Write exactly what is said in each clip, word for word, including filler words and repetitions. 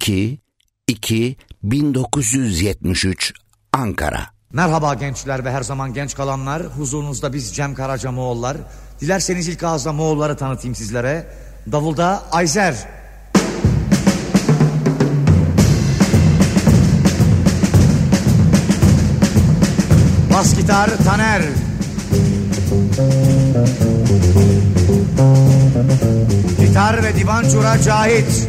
iki iki bin dokuz yüz yetmiş üç Ankara. Merhaba gençler ve her zaman genç kalanlar. Huzurunuzda biz Cem Karaca Moğollar. Dilerseniz ilk ağızda Moğolları tanıtayım sizlere. Davulda Ayzer. Bas gitar Taner. Gitar ve divan çura Cahit.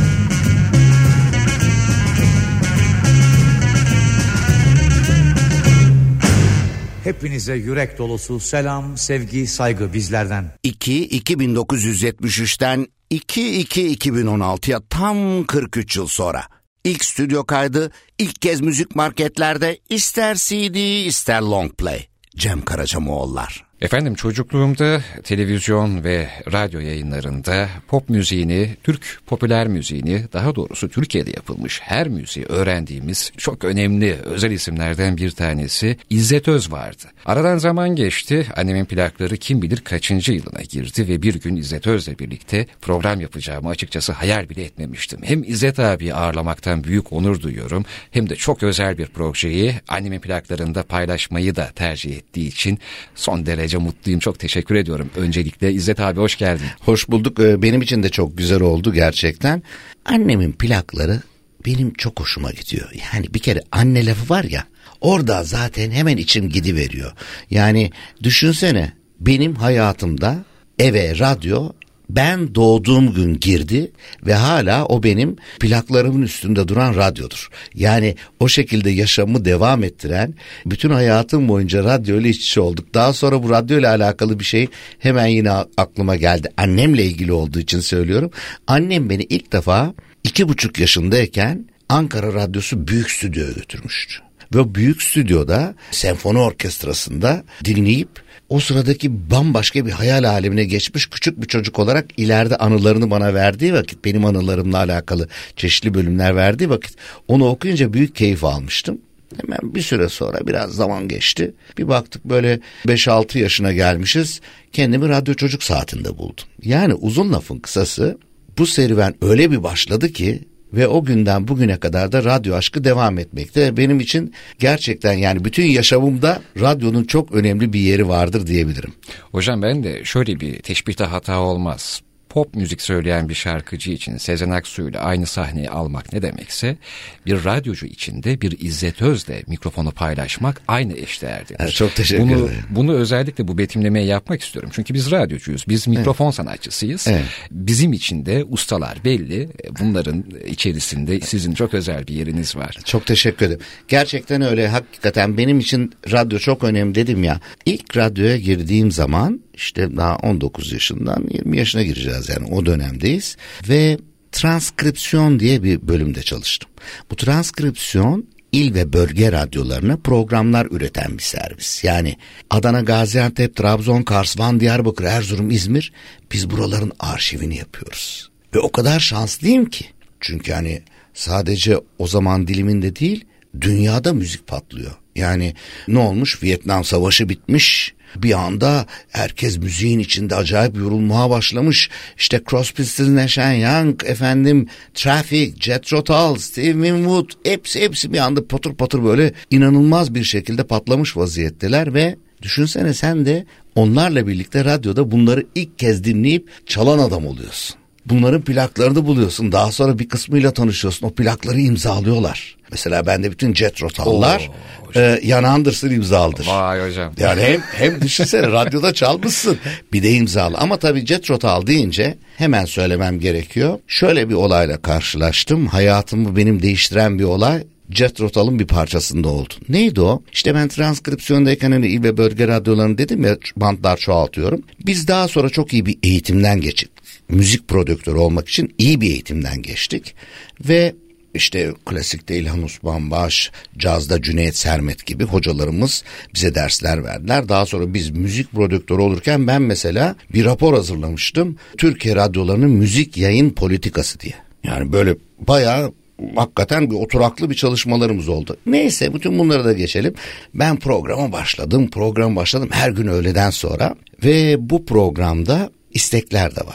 Hepinize yürek dolusu selam, sevgi, saygı bizlerden. iki iki bin dokuz yüz yetmiş üçten iki iki iki bin on altıya tam kırk üç yıl sonra. İlk stüdyo kaydı, ilk kez müzik marketlerde, ister C D ister long play. Cem Karaca Moğollar. Efendim, çocukluğumda televizyon ve radyo yayınlarında pop müziğini, Türk popüler müziğini, daha doğrusu Türkiye'de yapılmış her müziği öğrendiğimiz çok önemli özel isimlerden bir tanesi İzzet Öz vardı. Aradan zaman geçti, annemin plakları kim bilir kaçıncı yılına girdi ve bir gün İzzet Öz'le birlikte program yapacağımı açıkçası hayal bile etmemiştim. Hem İzzet abiyi ağırlamaktan büyük onur duyuyorum, hem de çok özel bir projeyi annemin plaklarında paylaşmayı da tercih ettiği için son derece mutluyum. Çok teşekkür ediyorum. Öncelikle İzzet abi, hoş geldin. Hoş bulduk. Benim için de çok güzel oldu gerçekten. Annemin plakları benim çok hoşuma gidiyor. Yani bir kere anne lafı var ya, orada zaten hemen içim gidiveriyor. Yani düşünsene, benim hayatımda eve radyo ben doğduğum gün girdi ve hala o benim plaklarımın üstünde duran radyodur. Yani o şekilde yaşamımı devam ettiren, bütün hayatım boyunca radyoyla iç içe olduk. Daha sonra bu radyoyla alakalı bir şey hemen yine aklıma geldi. Annemle ilgili olduğu için söylüyorum. Annem beni ilk defa iki buçuk yaşındayken Ankara Radyosu Büyük Stüdyo'ya götürmüştü. Ve o büyük stüdyoda senfoni orkestrasında dinleyip o sıradaki bambaşka bir hayal alemine geçmiş küçük bir çocuk olarak ileride anılarını bana verdiği vakit, benim anılarımla alakalı çeşitli bölümler verdiği vakit onu okuyunca büyük keyif almıştım. Hemen bir süre sonra biraz zaman geçti. Bir baktık böyle beş altı yaşına gelmişiz. Kendimi Radyo Çocuk Saati'nde buldum. Yani uzun lafın kısası, bu serüven öyle bir başladı ki ve o günden bugüne kadar da radyo aşkı devam etmekte. Benim için gerçekten yani bütün yaşamımda radyonun çok önemli bir yeri vardır diyebilirim. Hocam, ben de şöyle bir teşbihte hata olmaz. Pop müzik söyleyen bir şarkıcı için Sezen Aksu ile aynı sahneyi almak ne demekse, bir radyocu için de bir İzzet Öz'le mikrofonu paylaşmak aynı eşdeğerdir. Evet, çok teşekkür bunu, ederim. Bunu özellikle bu betimlemeyi yapmak istiyorum. Çünkü biz radyocuyuz, biz mikrofon evet. sanatçısıyız. Evet. Bizim için de ustalar belli. Bunların içerisinde sizin çok özel bir yeriniz var. Çok teşekkür ederim. Gerçekten öyle, hakikaten benim için radyo çok önemli dedim ya. İlk radyoya girdiğim zaman işte daha on dokuz yaşından yirmi yaşına gireceğiz, yani o dönemdeyiz ve transkripsiyon diye bir bölümde çalıştım. Bu transkripsiyon il ve bölge radyolarına programlar üreten bir servis. Yani Adana, Gaziantep, Trabzon, Kars, Van, Diyarbakır, Erzurum, İzmir, biz buraların arşivini yapıyoruz. Ve o kadar şanslıyım ki, çünkü hani sadece o zaman diliminde değil, dünyada müzik patlıyor. Yani ne olmuş? Vietnam Savaşı bitmiş. Bir anda herkes müziğin içinde acayip yorulmaya başlamış. İşte Crosby, Stills, Nash and Young, efendim Traffic, Jethro Tull, Steve Winwood, hepsi hepsi bir anda patır patır böyle inanılmaz bir şekilde patlamış vaziyetteler ve düşünsene sen de onlarla birlikte radyoda bunları ilk kez dinleyip çalan adam oluyorsun. Bunların plaklarını buluyorsun. Daha sonra bir kısmıyla tanışıyorsun. O plakları imzalıyorlar. Mesela bende bütün Jethro Tull'lar e, Ian Anderson imzalıdır. Vay hocam. Yani hem hem düşünsene radyoda çalmışsın, bir de imzalı. Ama tabii Jethro Tull deyince hemen söylemem gerekiyor. Şöyle bir olayla karşılaştım. Hayatımı benim değiştiren bir olay Jethro Tull'ın bir parçasında oldu. Neydi o? İşte ben transkripsiyondayken hani il ve bölge radyolarını dedim ya, bantlar çoğaltıyorum. Biz daha sonra çok iyi bir eğitimden geçip müzik prodüktörü olmak için iyi bir eğitimden geçtik ve işte klasikte İlhan Osmanbaş, cazda Cüneyt Sermet gibi hocalarımız bize dersler verdiler. Daha sonra biz müzik prodüktörü olurken ben mesela bir rapor hazırlamıştım. Türkiye radyolarının müzik yayın politikası diye. Yani böyle bayağı hakikaten bir oturaklı bir çalışmalarımız oldu. Neyse, bütün bunları da geçelim. Ben programa başladım. Program başladım her gün öğleden sonra ve bu programda istekler de var.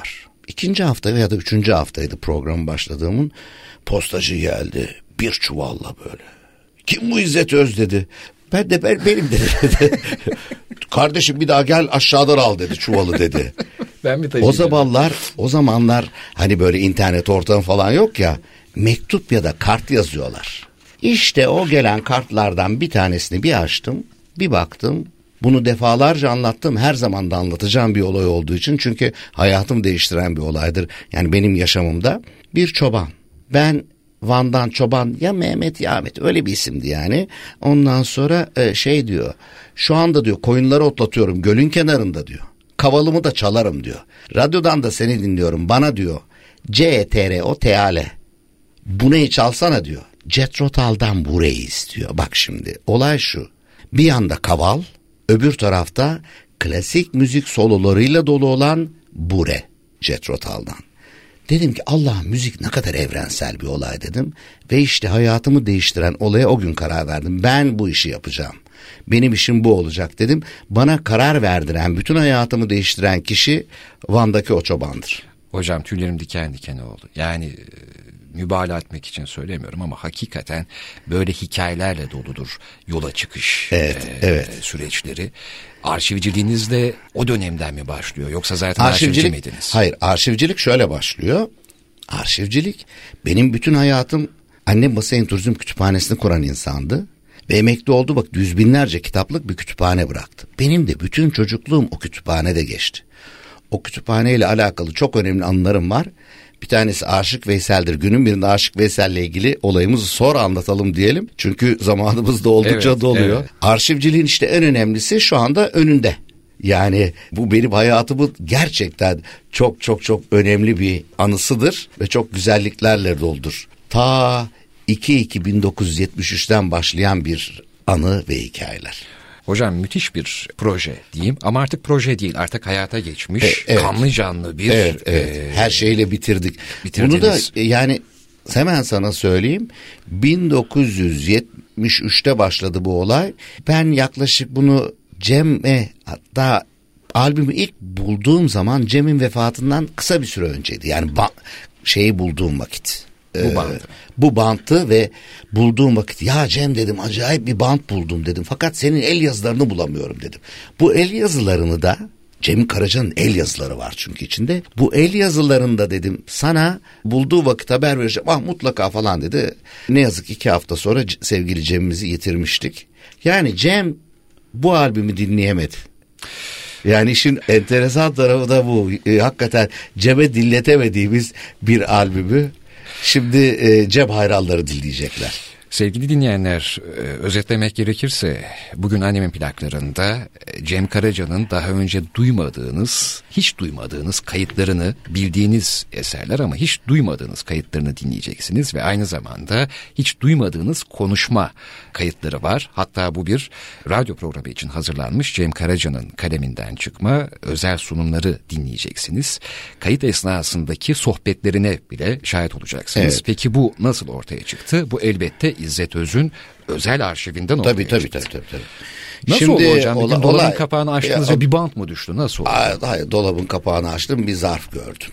ikinci hafta veya da üçüncü haftaydı program başladığımın. Postacı geldi bir çuvalla böyle. Kim bu İzzet Öz dedi. Ben de ben, benim dedi. Kardeşim bir daha gel aşağıdan al dedi çuvalı dedi. Ben mi o zamanlar o zamanlar hani böyle internet ortamı falan yok ya, mektup ya da kart yazıyorlar. İşte o gelen kartlardan bir tanesini bir açtım, bir baktım. Bunu defalarca anlattım, her zaman da anlatacağım bir olay olduğu için, çünkü hayatımı değiştiren bir olaydır. Yani benim yaşamımda bir çoban. Ben Van'dan çoban, ya Mehmet ya Ahmet, öyle bir isimdi yani. Ondan sonra e, şey diyor, şu anda diyor koyunları otlatıyorum gölün kenarında diyor. Kavalımı da çalarım diyor. Radyodan da seni dinliyorum, bana diyor C E T R O T A L bu neyi çalsana diyor. Jethro Tull'dan burayı istiyor. Bak şimdi olay şu, bir yanda kaval, öbür tarafta klasik müzik sololarıyla dolu olan Bure, Jethro Tull'dan. Dedim ki Allah, müzik ne kadar evrensel bir olay dedim. Ve işte hayatımı değiştiren olaya o gün karar verdim. Ben bu işi yapacağım. Benim işim bu olacak dedim. Bana karar verdiren, bütün hayatımı değiştiren kişi Van'daki o çobandır. Hocam tüylerim diken diken oldu. Yani mübalağa etmek için söylemiyorum ama hakikaten böyle hikayelerle doludur yola çıkış evet, e, evet. süreçleri. Arşivciliğiniz de o dönemden mi başlıyor yoksa zaten arşivci miydiniz? Hayır, arşivcilik şöyle başlıyor. Arşivcilik benim bütün hayatım, annem Basayın Turizm Kütüphanesi'ni kuran insandı. Ve emekli oldu, bak yüz binlerce kitaplık bir kütüphane bıraktı. Benim de bütün çocukluğum o kütüphanede geçti. O kütüphaneyle alakalı çok önemli anılarım var. Bir tanesi Aşık Veysel'dir. Günün birinde Aşık Veysel'le ilgili olayımızı sonra anlatalım diyelim. Çünkü zamanımız da oldukça evet, doluyor. Evet. Arşivciliğin işte en önemlisi şu anda önünde. Yani bu benim hayatımın gerçekten çok çok çok önemli bir anısıdır. Ve çok güzelliklerle doludur. Ta iki Ekim bin dokuz yüz yetmiş üçten başlayan bir anı ve hikayeler. Hocam müthiş bir proje diyeyim ama artık proje değil, artık hayata geçmiş, e, evet. kanlı canlı bir... Evet, evet. E, her şeyle bitirdik. Bunu da yani hemen sana söyleyeyim, bin dokuz yüz yetmiş üçte başladı bu olay. Ben yaklaşık bunu Cem'e, hatta albümü ilk bulduğum zaman Cem'in vefatından kısa bir süre önceydi. Yani ba- şeyi bulduğum vakit. Bu bandı. Ee, bu bantı ve bulduğum vakit, ya Cem dedim, acayip bir bant buldum dedim. Fakat senin el yazılarını bulamıyorum dedim. Bu el yazılarını da, Cem Karaca'nın el yazıları var çünkü içinde. Bu el yazılarında dedim sana bulduğu vakit haber vereceğim. Ah mutlaka falan dedi. Ne yazık iki hafta sonra sevgili Cem'imizi yitirmiştik. Yani Cem bu albümü dinleyemedi. Yani işin enteresan tarafı da bu. E, hakikaten Cem'e dinletemediğimiz bir albümü şimdi e, Cem hayranları dinleyecekler. Sevgili dinleyenler, e, özetlemek gerekirse bugün annemin plaklarında e, Cem Karaca'nın daha önce duymadığınız, hiç duymadığınız kayıtlarını, bildiğiniz eserler ama hiç duymadığınız kayıtlarını dinleyeceksiniz ve aynı zamanda hiç duymadığınız konuşma kayıtları var. Hatta bu bir radyo programı için hazırlanmış Cem Karaca'nın kaleminden çıkma özel sunumları dinleyeceksiniz. Kayıt esnasındaki sohbetlerine bile şahit olacaksınız. Evet. Peki bu nasıl ortaya çıktı? Bu elbette İzzet Öz'ün özel arşivinden ortaya tabii, tabii, çıktı. Tabii tabii tabii. Nasıl Şimdi oldu hocam? Bir ola, gün dolabın olay, kapağını açtınız ya, ve bir bant mı düştü? Nasıl oldu? Hayır, dolabın kapağını açtım, bir zarf gördüm.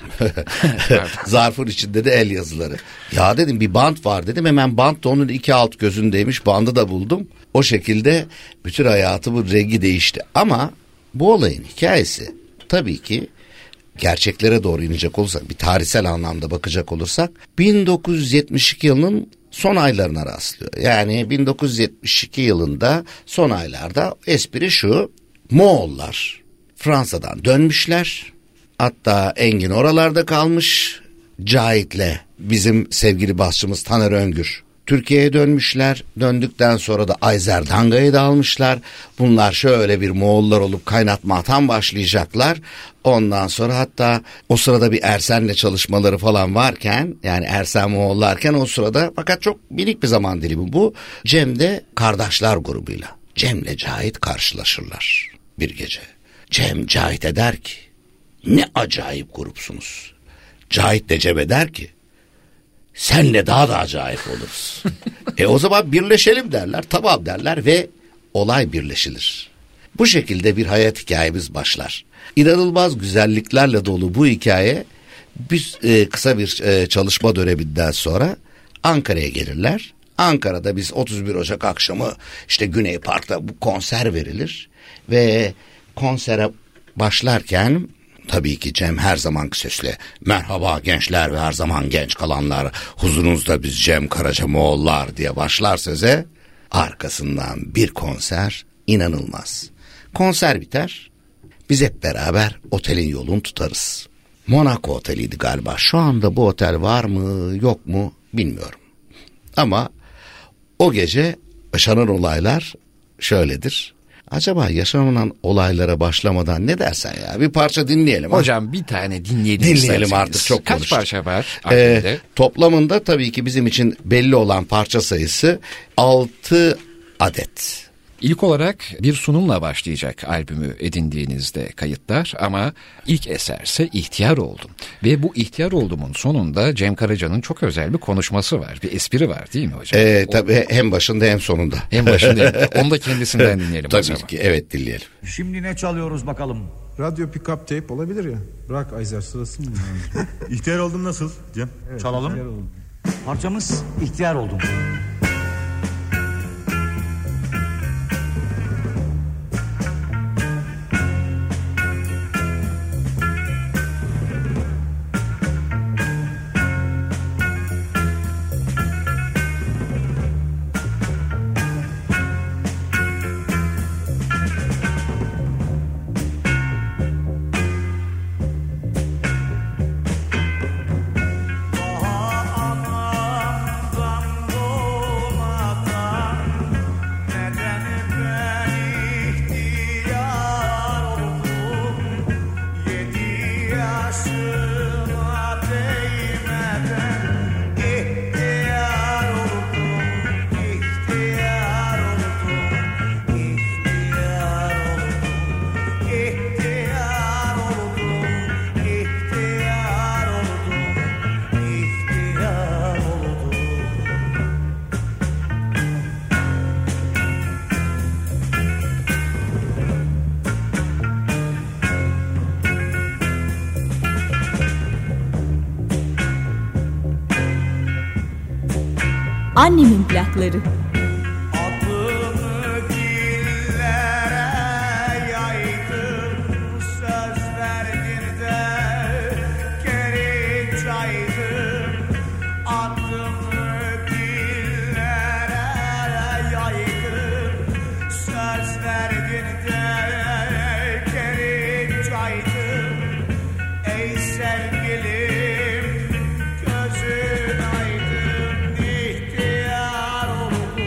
Zarfın içinde de el yazıları. Ya dedim bir bant var dedim, hemen bant da onun iki alt gözündeymiş, bandı da buldum. O şekilde bütün hayatımın rengi değişti. Ama bu olayın hikayesi tabii ki gerçeklere doğru inecek olursak, bir tarihsel anlamda bakacak olursak bin dokuz yüz yetmiş iki yılının son aylarına rastlıyor. Yani bin dokuz yüz yetmiş iki yılında son aylarda espri şu: Moğollar Fransa'dan dönmüşler. Hatta Engin oralarda kalmış. Cahit'le bizim sevgili basçımız Taner Öngür Türkiye'ye dönmüşler. Döndükten sonra da Ayzer Danga'yı da almışlar. Bunlar şöyle bir Moğollar olup kaynatmadan başlayacaklar. Ondan sonra hatta o sırada bir Ersen'le çalışmaları falan varken, yani Ersen Moğollarken o sırada, fakat çok minik bir zaman dilimi bu. Cem de Kardeşler grubuyla, Cem'le Cahit karşılaşırlar bir gece. Cem Cahit'e der ki, ne acayip grupsunuz. Cahit de Cem'e der ki, senle daha da acayip oluruz. e o zaman birleşelim derler. Tamam derler ve olay birleşilir. Bu şekilde bir hayat hikayemiz başlar. İnanılmaz güzelliklerle dolu bu hikaye Biz e, kısa bir e, çalışma döneminden sonra Ankara'ya gelirler. Ankara'da biz otuz bir Ocak akşamı işte Güney Park'ta bu konser verilir ve konsere başlarken tabii ki Cem her zamanki sesle merhaba gençler ve her zaman genç kalanlar, huzurunuzda biz Cem Karacamoğullar diye başlar söze. Arkasından bir konser inanılmaz. Konser biter, biz hep beraber otelin yolunu tutarız. Monaco oteliydi galiba. Şu anda bu otel var mı yok mu bilmiyorum. Ama o gece yaşanan olaylar şöyledir. Acaba yaşanan olaylara başlamadan ne dersen ya? Bir parça dinleyelim. Hocam ha? bir tane dinleyelim. Dinleyelim artık, çok Kaç konuştuk. parça var? Ee, toplamında tabii ki bizim için belli olan parça sayısı altı adet. İlk olarak bir sunumla başlayacak albümü edindiğinizde kayıtlar ama ilk eserse İhtiyar Oldum. Ve bu İhtiyar Oldum'un sonunda Cem Karaca'nın çok özel bir konuşması var. Bir espri var değil mi hocam? Ee, tabii o... hem başında hem sonunda. Hem başında. Onu da kendisinden dinleyelim tabii o zaman. Tabii ki evet, dinleyelim. Şimdi ne çalıyoruz bakalım? Radyo pick-up tape olabilir ya. Bırak Ayzer sırası mı? İhtiyar Oldum nasıl Cem? Evet, çalalım. İhtiyar Oldum. Parçamız İhtiyar Oldum. Annemin plakları. Sevgilim gözün aydın, ihtiyar oldum.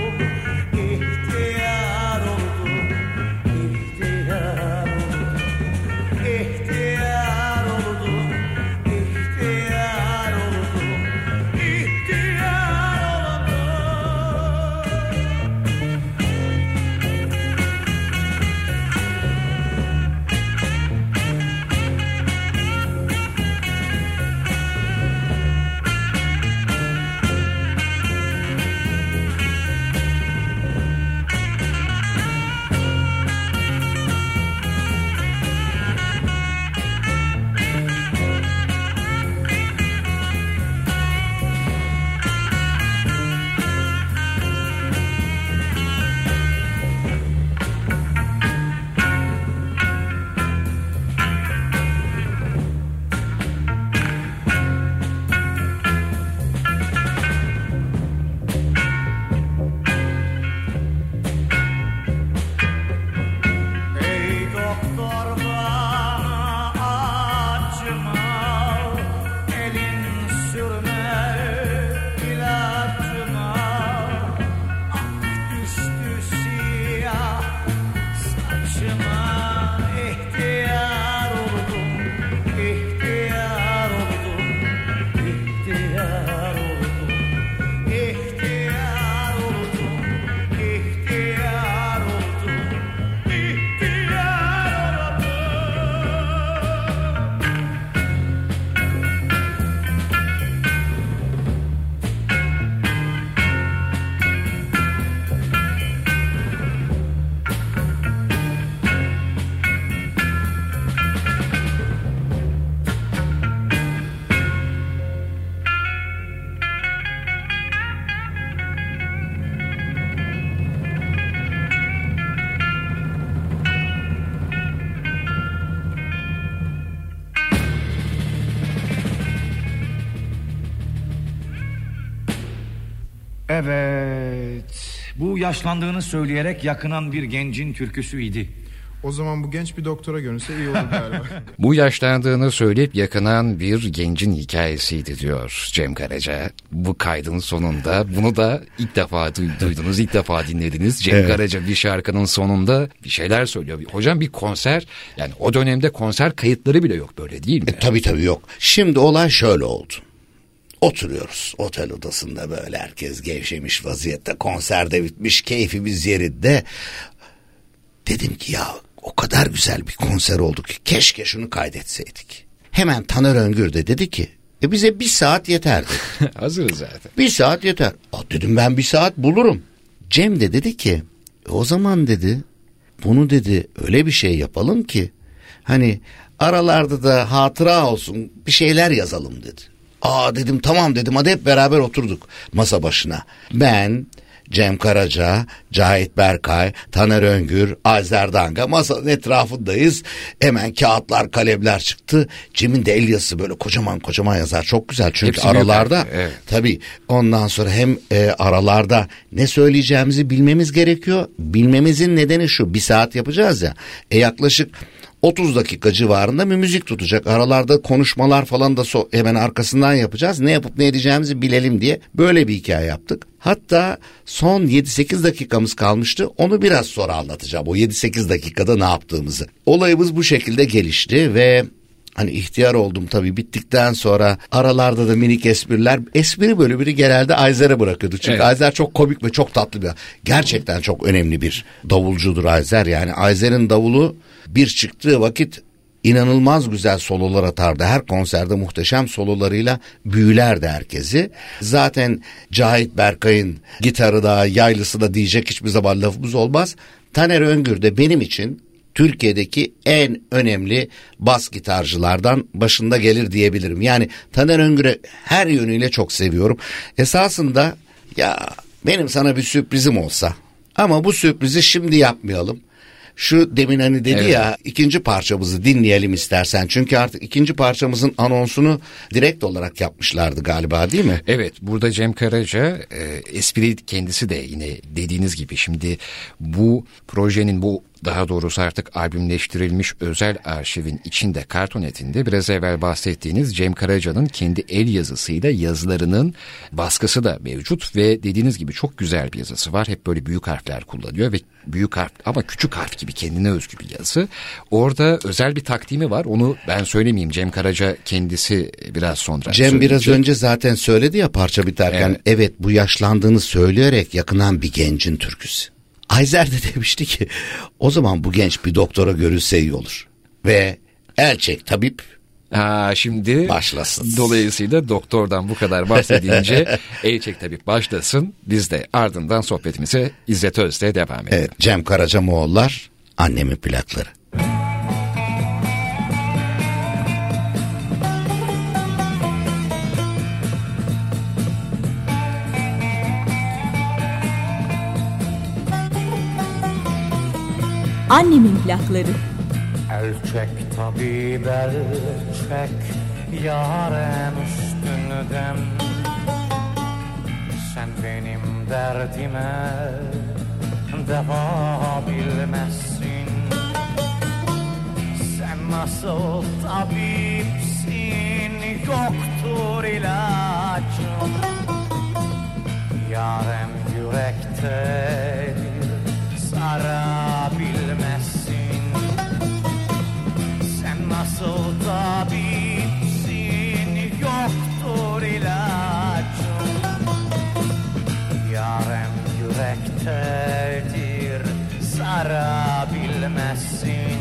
Evet, bu yaşlandığını söyleyerek yakınan bir gencin türküsüydü. O zaman bu genç bir doktora görünse iyi olur galiba. Bu yaşlandığını söyleyip yakınan bir gencin hikayesiydi diyor Cem Karaca. Bu kaydın sonunda bunu da ilk defa du- duydunuz, ilk defa dinlediniz. Cem evet. Karaca bir şarkının sonunda bir şeyler söylüyor. Hocam bir konser, yani o dönemde konser kayıtları bile yok, böyle değil mi? E, tabii tabii yok. Şimdi olay şöyle oldu. Oturuyoruz otel odasında, böyle herkes gevşemiş vaziyette, konserde bitmiş, keyfimiz yerinde. Dedim ki ya o kadar güzel bir konser oldu ki keşke şunu kaydetseydik. Hemen Taner Öngür de dedi ki e bize bir saat yeter dedi. Hazırız zaten. Bir saat yeter. Aa, dedim ben bir saat bulurum. Cem de dedi ki e, o zaman dedi bunu dedi öyle bir şey yapalım ki hani aralarda da hatıra olsun, bir şeyler yazalım dedi. Aa dedim tamam dedim, hadi hep beraber oturduk masa başına. Ben, Cem Karaca, Cahit Berkay, Taner Öngür, Azer Danga masanın etrafındayız. Hemen kağıtlar, kalemler çıktı. Cem'in de el yazısı böyle kocaman kocaman yazar. Çok güzel çünkü hepsi aralarda. Evet. Tabii ondan sonra hem e, aralarda ne söyleyeceğimizi bilmemiz gerekiyor. Bilmemizin nedeni şu: bir saat yapacağız ya. E yaklaşık otuz dakika civarında bir müzik tutacak. Aralarda konuşmalar falan da so- hemen arkasından yapacağız. Ne yapıp ne edeceğimizi bilelim diye böyle bir hikaye yaptık. Hatta son yedi sekiz dakikamız kalmıştı. Onu biraz sonra anlatacağım. O yedi sekiz dakikada ne yaptığımızı. Olayımız bu şekilde gelişti ve hani ihtiyar oldum tabii bittikten sonra aralarda da minik espriler. Espri bölümünü genelde Ayzer'e bırakıyordu. Çünkü evet. Ayzer çok komik ve çok tatlı bir. Gerçekten çok önemli bir davulcudur Ayzer. Yani Ayzer'in davulu bir çıktığı vakit inanılmaz güzel sololar atardı. Her konserde muhteşem sololarıyla büyülerdi herkesi. Zaten Cahit Berkay'ın gitarı da yaylısı da diyecek hiçbir zaman lafımız olmaz. Taner Öngür de benim için Türkiye'deki en önemli bas gitarcılardan başında gelir diyebilirim. Yani Taner Öngür'ü her yönüyle çok seviyorum. Esasında ya benim sana bir sürprizim olsa ama bu sürprizi şimdi yapmayalım. Şu demin hani dedi evet. ya ikinci parçamızı dinleyelim istersen. Çünkü artık ikinci parçamızın anonsunu direkt olarak yapmışlardı galiba, değil mi? Evet, burada Cem Karaca e, espri kendisi de yine dediğiniz gibi şimdi bu projenin, bu daha doğrusu artık albümleştirilmiş özel arşivin içinde, kartonetinde biraz evvel bahsettiğiniz Cem Karaca'nın kendi el yazısıyla yazılarının baskısı da mevcut ve dediğiniz gibi çok güzel bir yazısı var. Hep böyle büyük harfler kullanıyor ve büyük harf ama küçük harf gibi kendine özgü bir yazı. Orada özel bir takdimi var. Onu ben söylemeyeyim. Cem Karaca kendisi biraz sonra Cem söyleyecek. Biraz önce zaten söyledi ya parça biterken. Evet, evet bu yaşlandığını söyleyerek yakınan bir gencin türküsü. Ayzer de demişti ki o zaman bu genç bir doktora görülse iyi olur. Ve Elçek tabip ha, şimdi başlasın. Dolayısıyla doktordan bu kadar bahsedince Elçek tabip başlasın. Biz de ardından sohbetimize İzzet Öz'le devam edelim. Evet, Cem Karaca Moğollar, Annemin Plakları. Annemin plakları. Elçek tabip elçek, yarem üstünden. Sen benim derdime deva bilmezsin. Sen nasıl tabipsin, yoktur ilacım. Yarem yürektedir, sarabilmezsin. Sen nasıl tabipsin, yoktur ilacım. Yarem yürektedir, sarabilmezsin.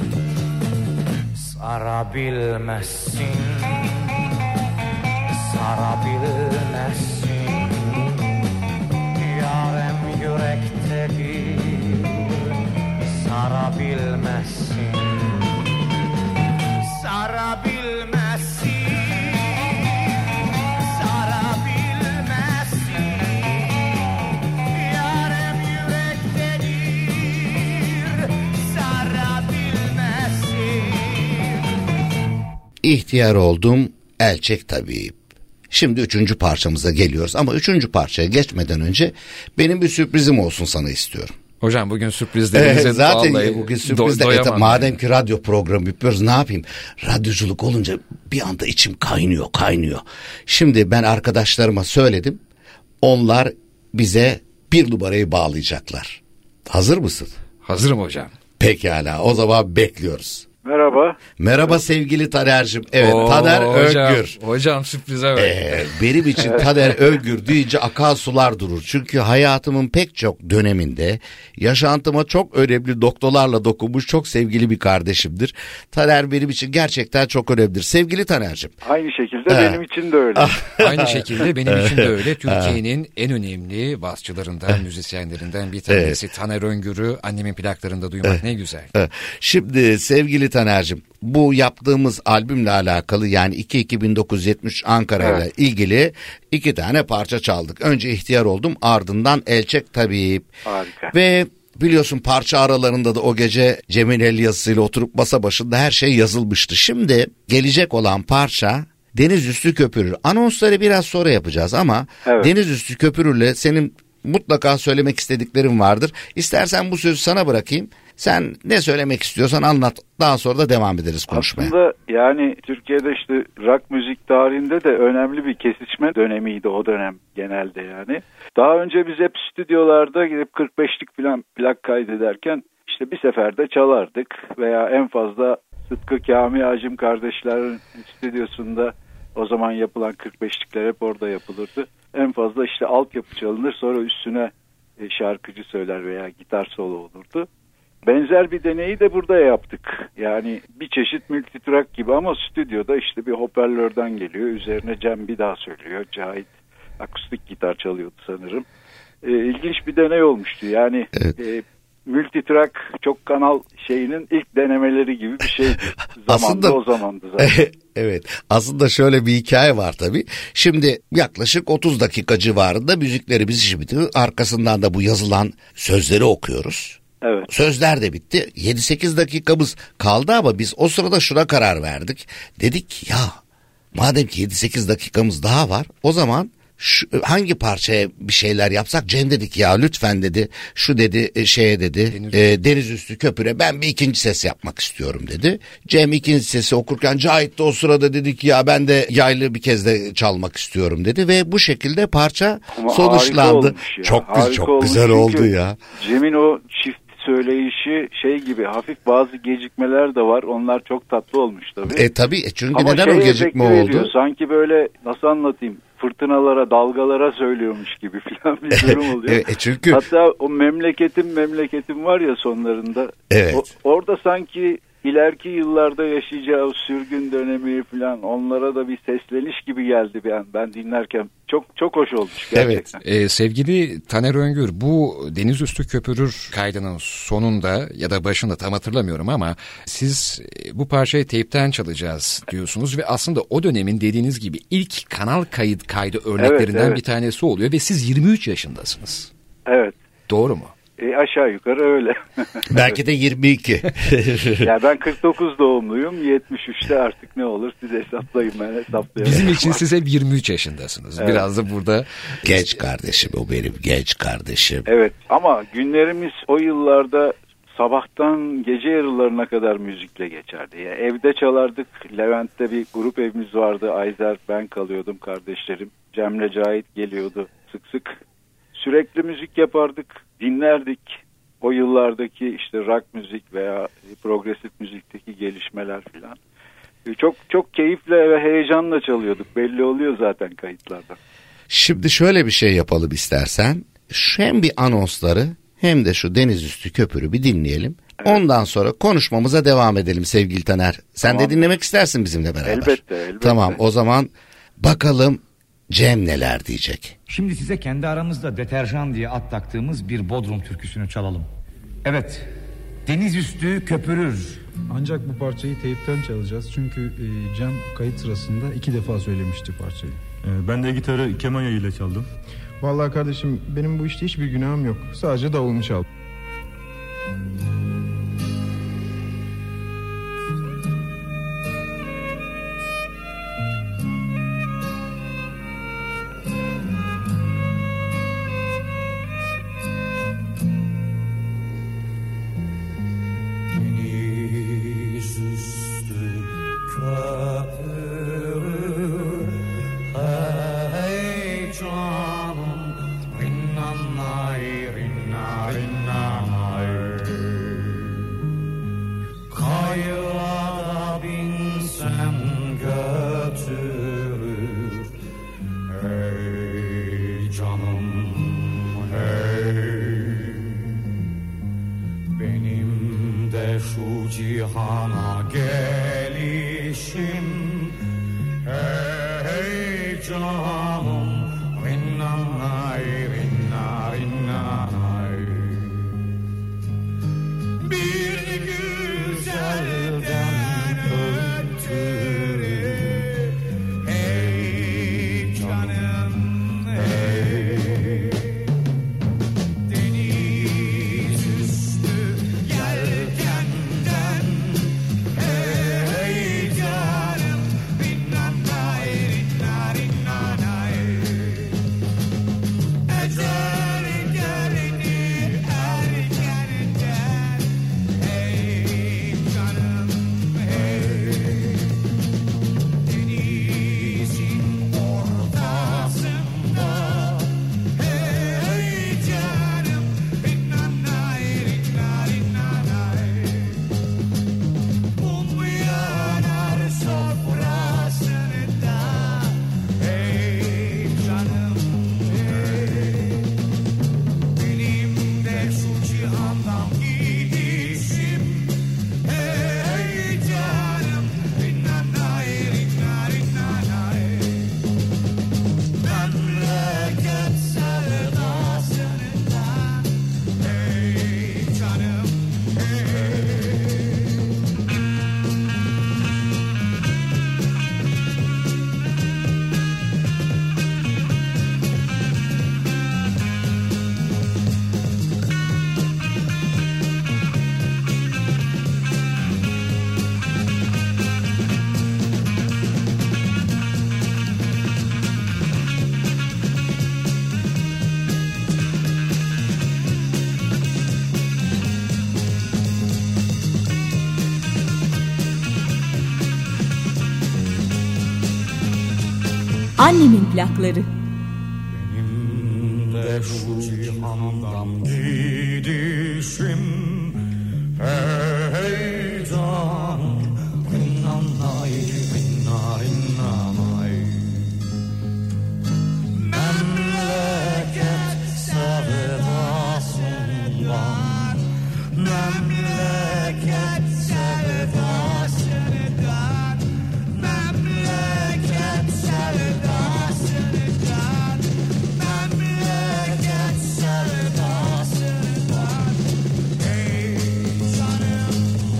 Sarabilmezsin, sarabilmezsin. Yarem yürektedir, sarabilmezsin. Sarabilmezsin, sarabilmezsin. Yarem yürektedir, sarabilmezsin. İhtiyar oldum, Elçek tabip. Şimdi üçüncü parçamıza geliyoruz ama üçüncü parçaya geçmeden önce benim bir sürprizim olsun sana istiyorum. Hocam bugün sürprizlerimize ee, zaten vallahi bugün sürprizde do- e, madem yani. Ki radyo programı yapıyoruz, ne yapayım? Radyoculuk olunca bir anda içim kaynıyor kaynıyor. Şimdi ben arkadaşlarıma söyledim. Onlar bize bir numarayı bağlayacaklar. Hazır mısın? Hazırım hocam. Pekala, o zaman bekliyoruz. Merhaba. Merhaba sevgili Taner'cim. Evet, Oo, Taner hocam, Öngür. Hocam sürprize bak. Ee, benim için Taner Öngür deyince akan sular durur. Çünkü hayatımın pek çok döneminde yaşantıma çok önemli noktalarla dokunmuş çok sevgili bir kardeşimdir. Taner benim için gerçekten çok önemlidir. Sevgili Taner'cim. Aynı şekilde ee. benim için de öyle. Aynı şekilde benim için de öyle. Türkiye'nin en önemli basçılarından, müzisyenlerinden bir tanesi evet. Taner Öngür'ü annemin plaklarında duymak evet. ne güzel. Şimdi sevgili Taner'cim, bu yaptığımız albümle alakalı, yani iki iki bin dokuz yüz yetmiş Ankara ile evet. ilgili iki tane parça çaldık. Önce İhtiyar Oldum, ardından Elçek Tabip. Harika. Ve biliyorsun parça aralarında da o gece Cem'in el yazısıyla oturup masa başında her şey yazılmıştı. Şimdi gelecek olan parça Denizüstü Köpürür. Anonsları biraz sonra yapacağız ama evet. Denizüstü Köpürür'le senin mutlaka söylemek istediklerin vardır. İstersen bu sözü sana bırakayım. Sen ne söylemek istiyorsan anlat. Daha sonra da devam ederiz konuşmaya. Aslında yani Türkiye'de işte rock müzik tarihinde de önemli bir kesişme dönemiydi o dönem genelde yani. Daha önce biz hep stüdyolarda gidip kırk beşlik falan plak kaydederken işte bir seferde çalardık. Veya en fazla Sıtkı Kami Acım kardeşlerin stüdyosunda o zaman yapılan kırk beşlikler hep orada yapılırdı. En fazla işte altyapı çalınır, sonra üstüne şarkıcı söyler veya gitar solo olurdu. Benzer bir deneyi de burada yaptık. Yani bir çeşit multitrack gibi ama stüdyoda işte bir hoparlörden geliyor. Üzerine Cem bir daha söylüyor. Cahit akustik gitar çalıyordu sanırım. E, ilginç bir deney olmuştu. Yani evet. e, multitrack çok kanal şeyinin ilk denemeleri gibi bir şeydi. Zamanda aslında, o zamandı zaten. Evet. Aslında şöyle bir hikaye var tabii. Şimdi yaklaşık otuz dakika civarında müziklerimiz bitti. Arkasından da bu yazılan sözleri okuyoruz. Evet. Sözler de bitti. yedi sekiz dakikamız kaldı ama biz o sırada şuna karar verdik. Dedik ya, madem ki yedi sekiz dakikamız daha var, o zaman şu, hangi parçaya bir şeyler yapsak? Cem dedik ya lütfen dedi. Şu dedi şeye dedi Deniz, e, Denizüstü Köpür'e ben bir ikinci ses yapmak istiyorum dedi. Cem ikinci sesi okurken Cahit de o sırada dedik ya ben de yaylı bir kez de çalmak istiyorum dedi ve bu şekilde parça ama sonuçlandı. Çok güzel, çok güzel oldu ya. Cem'in o çift söyleyişi şey gibi, hafif bazı gecikmeler de var. Onlar çok tatlı olmuş tabii. E tabii çünkü ama neden o gecikme oldu? Veriyor. Sanki böyle nasıl anlatayım? Fırtınalara, dalgalara söylüyormuş gibi falan bir durum oluyor. Evet, çünkü hatta o memleketim memleketim var ya sonlarında. Evet. O, orada sanki ileriki yıllarda yaşayacağı sürgün dönemi falan, onlara da bir sesleniş gibi geldi ben ben dinlerken. Çok çok hoş olmuş gerçekten. Evet. Ee, sevgili Taner Öngür, bu Denizüstü Köpürür kaydının sonunda ya da başında tam hatırlamıyorum ama siz bu parçayı teypten çalacağız diyorsunuz ve aslında o dönemin dediğiniz gibi ilk kanal kayıt kaydı örneklerinden evet, evet. bir tanesi oluyor ve siz yirmi üç yaşındasınız. Evet. Doğru mu? E aşağı yukarı öyle. Belki de yirmi iki. Ya ben kırk dokuz doğumluyum. yetmiş üçte artık ne olur siz hesaplayın, ben hesaplayamam. Bizim için siz hep yirmi üç yaşındasınız. Evet. Biraz da burada. Genç kardeşim o benim, genç kardeşim. Evet ama günlerimiz o yıllarda sabahtan gece yarılarına kadar müzikle geçerdi. Yani evde çalardık. Levent'te bir grup evimiz vardı. Ayzer, ben kalıyordum, kardeşlerim. Cem'le Cahit geliyordu sık sık. Sürekli müzik yapardık, dinlerdik. O yıllardaki işte rock müzik veya progresif müzikteki gelişmeler filan. Çok çok keyifle ve heyecanla çalıyorduk. Belli oluyor zaten kayıtlardan. Şimdi şöyle bir şey yapalım istersen. Hem bir anonsları hem de şu Denizüstü Köpür'ü bir dinleyelim. Evet. Ondan sonra konuşmamıza devam edelim sevgili Taner. Sen tamam. de dinlemek istersin bizimle beraber. Elbette, elbette. Tamam, o zaman bakalım Cem neler diyecek. Şimdi size kendi aramızda deterjan diye ad taktığımız bir Bodrum türküsünü çalalım. Evet, Denizüstü Köpürür. Ancak bu parçayı teypten çalacağız. Çünkü e, Cem kayıt sırasında iki defa söylemişti parçayı. Ee, ben de gitarı keman yayıyla çaldım. Vallahi kardeşim benim bu işte hiçbir günahım yok. Sadece davulumu çaldım. Benim de şu cihana gelişim, hey canım, rinnay rinnay rinnay. Bir güzelden ötürü, hey canım, hey. Deniz üstü yelkenden, hey canım, rinnay rinnay rinnay. Ecel gelini erkeninden, hey canım, hey. Denizin ortasında, hey canım, rinnay rinnay rinnay. Mum yanar sofrasında, hey canım, hey. Benim de şu cihandan gidişim, hey canım, rinnay rinnay rinnay. Memleket sevdasından, hey canım, hey. Annemin plakları. Benim de şu cihandan gidişim, hey canım, rinnay rinnay rinnay. Memleket sevdasından, memleket sevdasından, memleket sevdasından, memleket sevdasından, hey canım,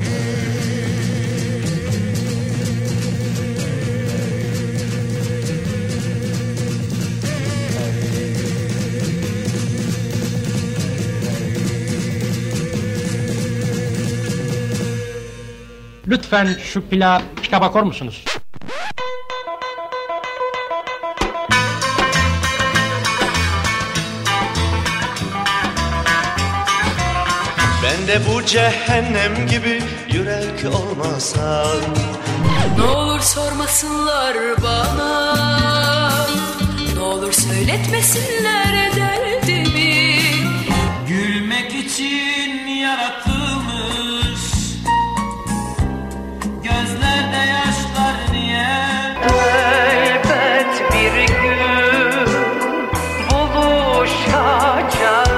Lütfen şu pila pika bakar mısınız? Ben de bu cehennem gibi yürek olmasa, ne olur sormasınlar bana, ne olur söyletmesinler derdimi. gülmek için yaratılmış, gözlerde yaşlar niye? Elbet bir gün buluşacağız.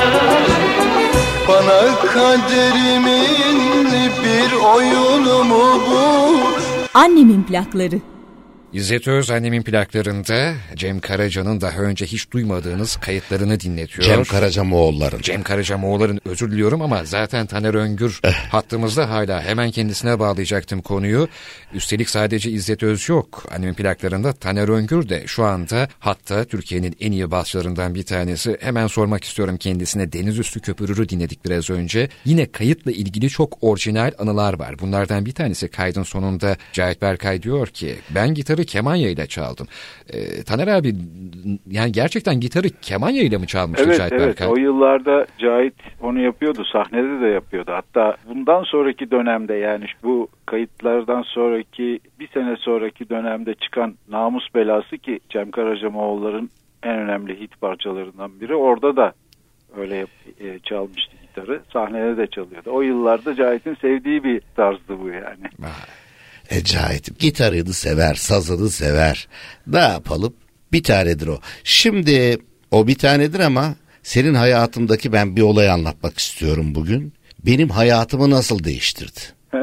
bana kaderimin bir oyunu mu bu? Annemin plakları. İzzet Öz Annemin plaklarında Cem Karaca'nın daha önce hiç duymadığınız kayıtlarını dinletiyor. Cem Karacamoğulların. Cem Karacamoğulların, özür diliyorum ama zaten Taner Öngür hattımızda hala, hemen kendisine bağlayacaktım konuyu. Üstelik sadece İzzet Öz yok Annemin plaklarında, Taner Öngür de şu anda hatta, Türkiye'nin en iyi basçılarından bir tanesi. Hemen sormak istiyorum kendisine. Denizüstü Köpürür'ü dinledik biraz önce. Yine kayıtla ilgili çok orijinal anılar var. Bunlardan bir tanesi kaydın sonunda Cahit Berkay diyor ki ben gitarı kemanya ile çaldım. Ee, Taner abi, yani gerçekten gitarı kemanya ile mi çalmıştı evet, Cahit evet. Berkay? O yıllarda Cahit onu yapıyordu. Sahnede de yapıyordu. Hatta bundan sonraki dönemde, yani bu kayıtlardan sonraki, bir sene sonraki dönemde çıkan Namus Belası, ki Cem Karacamoğulların en önemli hit parçalarından biri, orada da öyle yap, e, çalmıştı gitarı. Sahnede de çalıyordu. O yıllarda Cahit'in sevdiği bir tarzdı bu yani. E, Cahit gitarını sever, sazını sever. Ne yapalım? Bir tanedir o. Şimdi O bir tanedir ama senin hayatımdaki ben bir olay anlatmak istiyorum bugün. Benim hayatımı nasıl değiştirdi?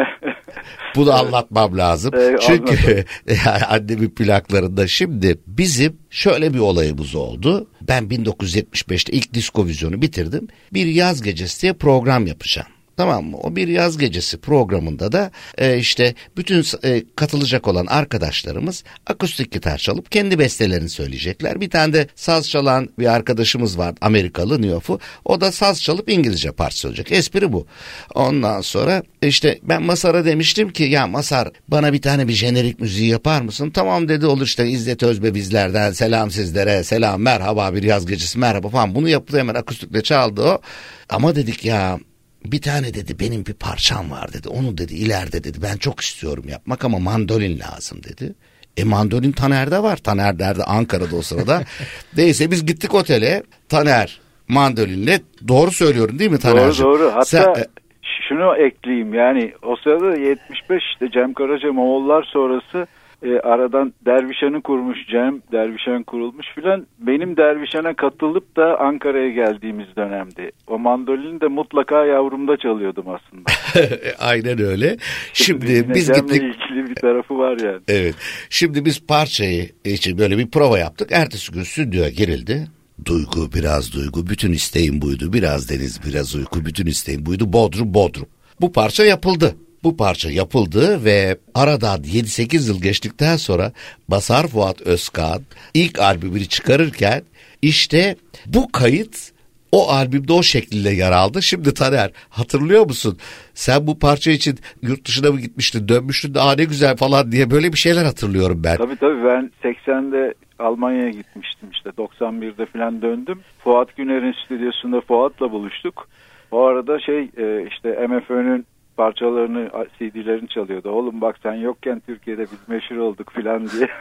Bunu anlatmam lazım. Ee, Çünkü yani annemin plaklarında şimdi bizim şöyle bir olayımız oldu. Ben bin dokuz yüz yetmiş beşte ilk Disko Vizyon'u bitirdim. Bir yaz gecesi diye program yapacağım. Tamam mı? O bir yaz gecesi programında da e, işte bütün e, katılacak olan arkadaşlarımız akustik gitar çalıp kendi bestelerini söyleyecekler. Bir tane de saz çalan bir arkadaşımız var, Amerikalı Niyof'u. O da saz çalıp İngilizce parça söyleyecek. Espri bu. Ondan sonra işte ben Masar'a demiştim ki ya Masar bana bir tane bir jenerik müziği yapar mısın? Tamam dedi, olur işte İzzet Özbe bizlerden selam sizlere, selam merhaba bir yaz gecesi merhaba falan, bunu yaptı, hemen akustikle çaldı o. Ama dedik ya bir tane dedi benim bir parçam var dedi. Onu dedi ileride dedi ben çok istiyorum yapmak ama mandolin lazım dedi. E mandolin Taner'de var. Taner nerede? Ankara'da o sırada. Neyse biz gittik otele. Taner mandolinle, doğru söylüyorum değil mi Taner'cim? Doğru doğru. Hatta Sen, e... şunu ekleyeyim, yani o sırada yetmiş beş işte Cem Karaca Moğollar sonrası e, aradan Dervişan'ı kurmuş Cem, Dervişan kurulmuş filan. Benim Dervişan'a katılıp da Ankara'ya geldiğimiz dönemdi. O mandolini de mutlaka yavrumda çalıyordum aslında. Aynen öyle. Şimdi Yine biz Cem'le gittik. ilgili bir tarafı var yani. Evet. Şimdi biz parçayı için böyle bir prova yaptık. Ertesi gün stüdyoya girildi. Duygu, biraz duygu, bütün isteğim buydu. Biraz deniz, biraz uyku, bütün isteğim buydu. Bodrum, Bodrum. Bu parça yapıldı. Bu parça yapıldı ve aradan yedi sekiz yıl geçtikten sonra Mazhar Fuat Özkan ilk albümünü çıkarırken işte bu kayıt o albümde o şekilde yer aldı. Şimdi Taner, hatırlıyor musun? Sen bu parça için yurt dışına mı gitmiştin, dönmüştün de aa ne güzel falan diye böyle bir şeyler hatırlıyorum ben. Tabii tabii, ben seksende Almanya'ya gitmiştim, işte doksan birde falan döndüm. Fuat Güner'in stüdyosunda Fuat'la buluştuk. O arada şey işte M F Ö'nün parçalarını, C D'lerini çalıyordu. Oğlum bak sen yokken Türkiye'de biz meşhur olduk falan diye.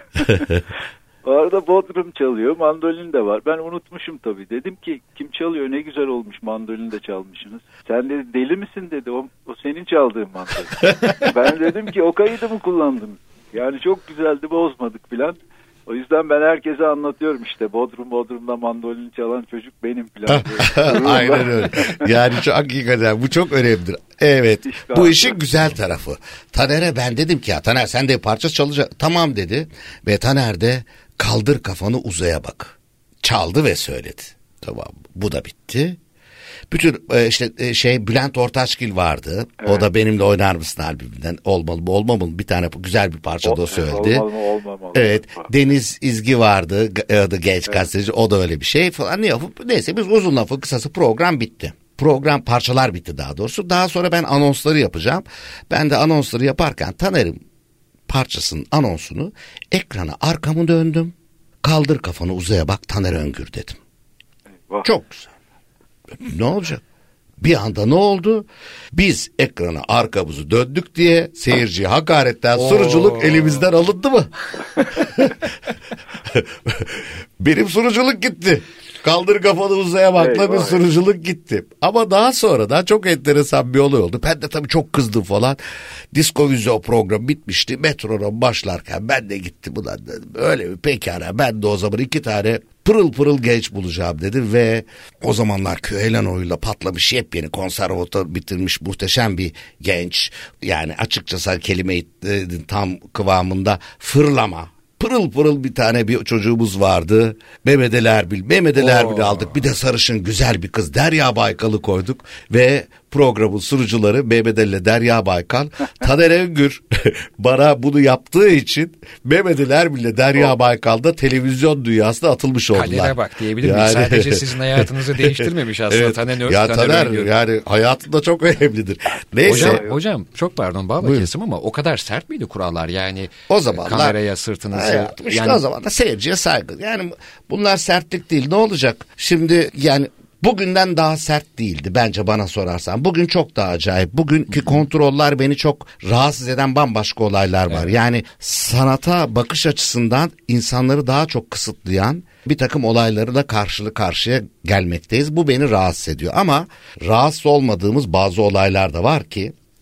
O arada Bodrum çalıyor, mandolin de var. Ben unutmuşum tabii. Dedim ki kim çalıyor, ne güzel olmuş, mandolin de çalmışsınız. Sen dedi deli misin dedi, o, o senin çaldığın mandolin. Ben dedim ki o kaydı mı kullandınız? Yani çok güzeldi, bozmadık falan. O yüzden ben herkese anlatıyorum işte Bodrum Bodrum'da mandolin çalan çocuk benim falan. Aynen öyle. Yani çok, hakikaten bu çok önemlidir. Evet, işte bu abi, işin güzel tarafı. Taner'e ben dedim ki ya Taner sen de parça çalacak. Tamam dedi ve Taner de kaldır kafanı uzaya bak. Çaldı ve söyledi. Tamam, bu da bitti. Bütün işte şey Bülent Ortaçgil vardı. Evet. O da benimle oynar mısın albümünden. Olmalı mı olmamalı mı bir tane güzel bir parça o, da o söyledi. Olmalı mı olmamalı. Evet. Deniz İzgi vardı. Adı genç evet. gazeteci. O da öyle bir şey falan. Neyse biz uzun lafı kısası program bitti. Program parçalar bitti daha doğrusu. Daha sonra ben anonsları yapacağım. Ben de anonsları yaparken Taner'in parçasının anonsunu ekrana arkamı döndüm. Kaldır kafanı uzaya bak Taner Öngür dedim. Vah. Çok güzel. Ne olacak? Bir anda ne oldu? Biz ekrana arkamızı döndük diye seyirciye hakaretten sunuculuk elimizden alındı mı? Benim sunuculuk gitti. Kaldır kafanı uzaya bakla bir sunuculuk gitti. Ama daha sonra da çok enteresan bir olay oldu. Ben de tabii çok kızdım falan. Disko Vizyon programı bitmişti. Metronom başlarken ben de gittim. Ulan dedim öyle mi? Pekala ben de o zaman iki tane pırıl pırıl genç bulacağım dedim ve o zamanlar Kühelanoğlu'yla patlamış yepyeni konservatuar bitirmiş muhteşem bir genç, yani açıkçası kelimeyi tam kıvamında fırlama. Pırıl pırıl bir tane bir çocuğumuz vardı. Mehmet Ali Erbil. Mehmet Ali Erbil'i aldık. Bir de sarışın güzel bir kız Derya Baykal'ı koyduk. Ve programın sunucuları Mehmet Ali ile Derya Baykal. Taner Öngür bana bunu yaptığı için Mehmet Ali Erbil ile Derya Baykal da televizyon dünyasına atılmış oldular. Kadere bak diyebilir yani... miyiz? Sadece sizin hayatınızı değiştirmemiş aslında evet. Taner Öngür. Ya Taner Öngür. Yani hayatında çok önemlidir. Neyse. Hocam, hocam çok pardon bağla kesim ama o kadar sert miydi kurallar? Yani o zamanlar kameraya sırtınızı. Evet, işte yani... o zaman da seyirciye saygı. Yani bunlar sertlik değil. Ne olacak? Şimdi yani bugünden daha sert değildi bence bana sorarsan. Bugün çok daha acayip. Bugünkü kontroller beni çok rahatsız eden bambaşka olaylar var. Evet. Yani sanata bakış açısından insanları daha çok kısıtlayan bir takım olaylarla karşılık karşıya gelmekteyiz. Bu beni rahatsız ediyor ama rahatsız olmadığımız bazı olaylar da var ki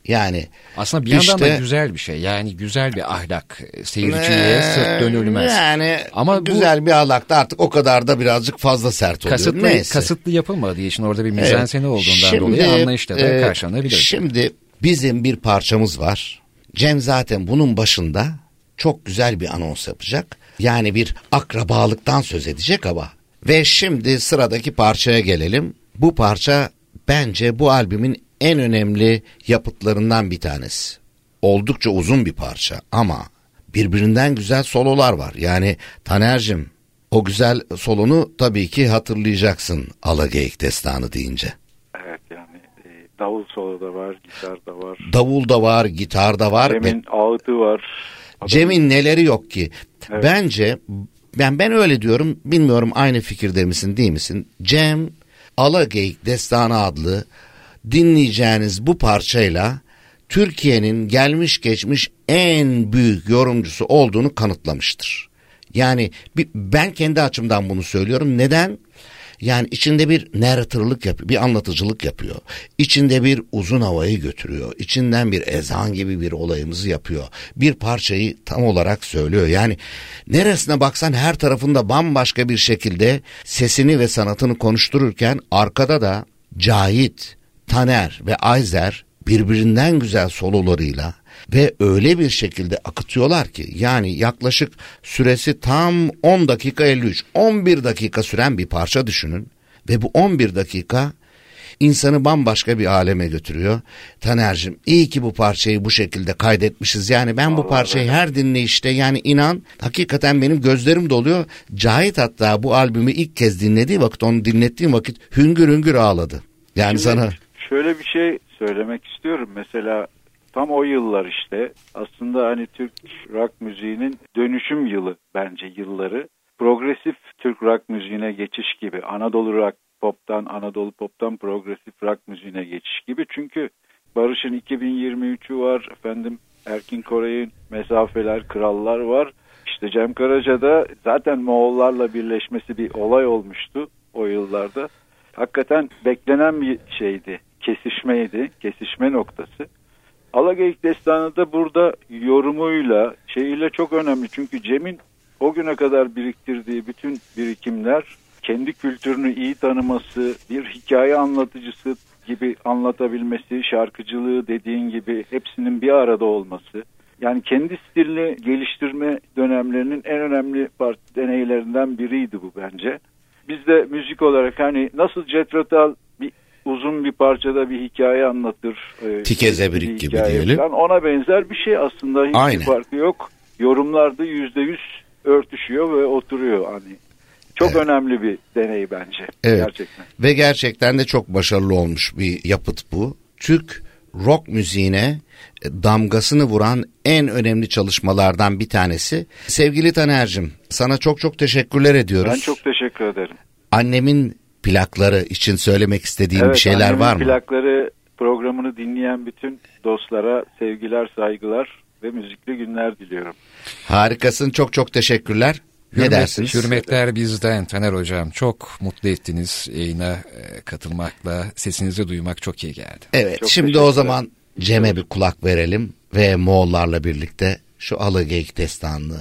Yani aslında bir yandan işte, da güzel bir şey. Yani güzel bir ahlak. Seyirciye ee, sırt dönülmez. Yani ama güzel bu, bir ahlak da artık o kadar da birazcık fazla sert oluyor. Kasıtlı, Neyse. kasıtlı yapılmadığı için orada bir mizanseni evet. olduğundan şimdi, dolayı anlayışla da e, karşılanabilir. Şimdi bizim bir parçamız var. Cem zaten bunun başında çok güzel bir anons yapacak. Yani bir akrabalıktan söz edecek ama. Ve şimdi sıradaki parçaya gelelim. Bu parça bence bu albümün en önemli yapıtlarından bir tanesi. Oldukça uzun bir parça ama birbirinden güzel sololar var. Yani Taner'cim o güzel solonu tabii ki hatırlayacaksın Alageyik Destanı deyince. Evet yani e, davul solo da var, gitar da var. Davul da var, gitar da var. Cem'in ve... ağıtı var. Adam... Cem'in neleri yok ki? Evet. Bence ben ben öyle diyorum. Bilmiyorum aynı fikirde misin değil misin? Cem Alageyik Destanı adlı dinleyeceğiniz bu parçayla Türkiye'nin gelmiş geçmiş en büyük yorumcusu olduğunu kanıtlamıştır. Yani ben kendi açımdan bunu söylüyorum. Neden? Yani içinde bir narratörlük yapıyor, bir anlatıcılık yapıyor. İçinde bir uzun havayı götürüyor. İçinden bir ezan gibi bir olayımızı yapıyor. Bir parçayı tam olarak söylüyor. Yani neresine baksan her tarafında bambaşka bir şekilde sesini ve sanatını konuştururken arkada da Cahit, Taner ve Ayzer birbirinden güzel sololarıyla ve öyle bir şekilde akıtıyorlar ki yani yaklaşık süresi tam on dakika elli üç on bir dakika süren bir parça düşünün ve bu on bir dakika insanı bambaşka bir aleme götürüyor. Taner'cim iyi ki bu parçayı bu şekilde kaydetmişiz. Yani ben bu parçayı her dinleyişte yani inan hakikaten benim gözlerim doluyor. Cahit hatta bu albümü ilk kez dinlediği vakit onu dinlettiğim vakit hüngür hüngür ağladı. Yani Şimdi sana şöyle bir şey söylemek istiyorum. Mesela tam o yıllar işte aslında hani Türk rock müziğinin dönüşüm yılı bence yılları. Progresif Türk rock müziğine geçiş gibi. Anadolu rock pop'tan, Anadolu pop'tan progresif rock müziğine geçiş gibi. Çünkü Barış'ın iki bin yirmi üçü var. Efendim Erkin Koray'ın Mesafeler, Krallar var. İşte Cem Karaca'da zaten Moğollarla birleşmesi bir olay olmuştu o yıllarda. Hakikaten beklenen bir şeydi. Kesişmeydi. Kesişme noktası. Alageyik Destanı da burada yorumuyla, şeyiyle çok önemli. Çünkü Cem'in o güne kadar biriktirdiği bütün birikimler, kendi kültürünü iyi tanıması, bir hikaye anlatıcısı gibi anlatabilmesi, şarkıcılığı dediğin gibi hepsinin bir arada olması. Yani kendi stilini geliştirme dönemlerinin en önemli part deneylerinden biriydi bu bence. Biz de müzik olarak hani nasıl Jethro Tull bir uzun bir parçada bir hikaye anlatır. Tikezebirik gibi diyelim. Falan. Ona benzer bir şey aslında. Hiçbir Aynen. farkı yok. Yorumlarda yüzde yüz örtüşüyor ve oturuyor. Hani çok evet. önemli bir deney bence. Evet. Gerçekten. Ve gerçekten de çok başarılı olmuş bir yapıt bu. Türk rock müziğine damgasını vuran en önemli çalışmalardan bir tanesi. Sevgili Taner'cim, sana çok çok teşekkürler ediyoruz. Ben çok teşekkür ederim. Annemin plakları için söylemek istediğin evet, bir şeyler var mı? Plakları programını dinleyen bütün dostlara sevgiler, saygılar ve müzikli günler diliyorum. Harikasın, çok çok teşekkürler. Ne Hürmet, dersiniz? Hürmetler bizden Taner Hocam. Çok mutlu ettiniz yayına katılmakla. Sesinizi duymak çok iyi geldi. Evet, çok şimdi o zaman Cem'e bir kulak verelim ve Moğollarla birlikte şu Alageyik Destanı'nı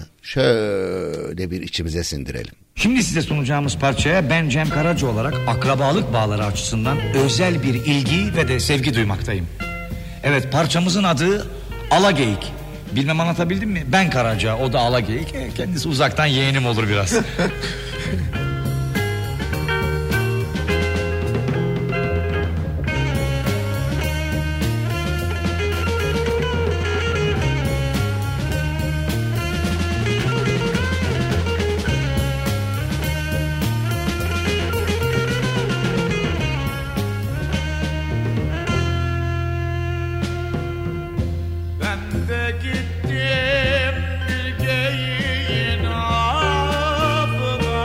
şöyle bir içimize sindirelim. Şimdi size sunacağımız parçaya ben Cem Karaca olarak akrabalık bağları açısından özel bir ilgi ve de sevgi duymaktayım. Evet, parçamızın adı Alageyik. Bilmem anlatabildim mi? Ben Karaca, o da Alageyik. Kendisi uzaktan yeğenim olur biraz. Gittim bir geyiğin avına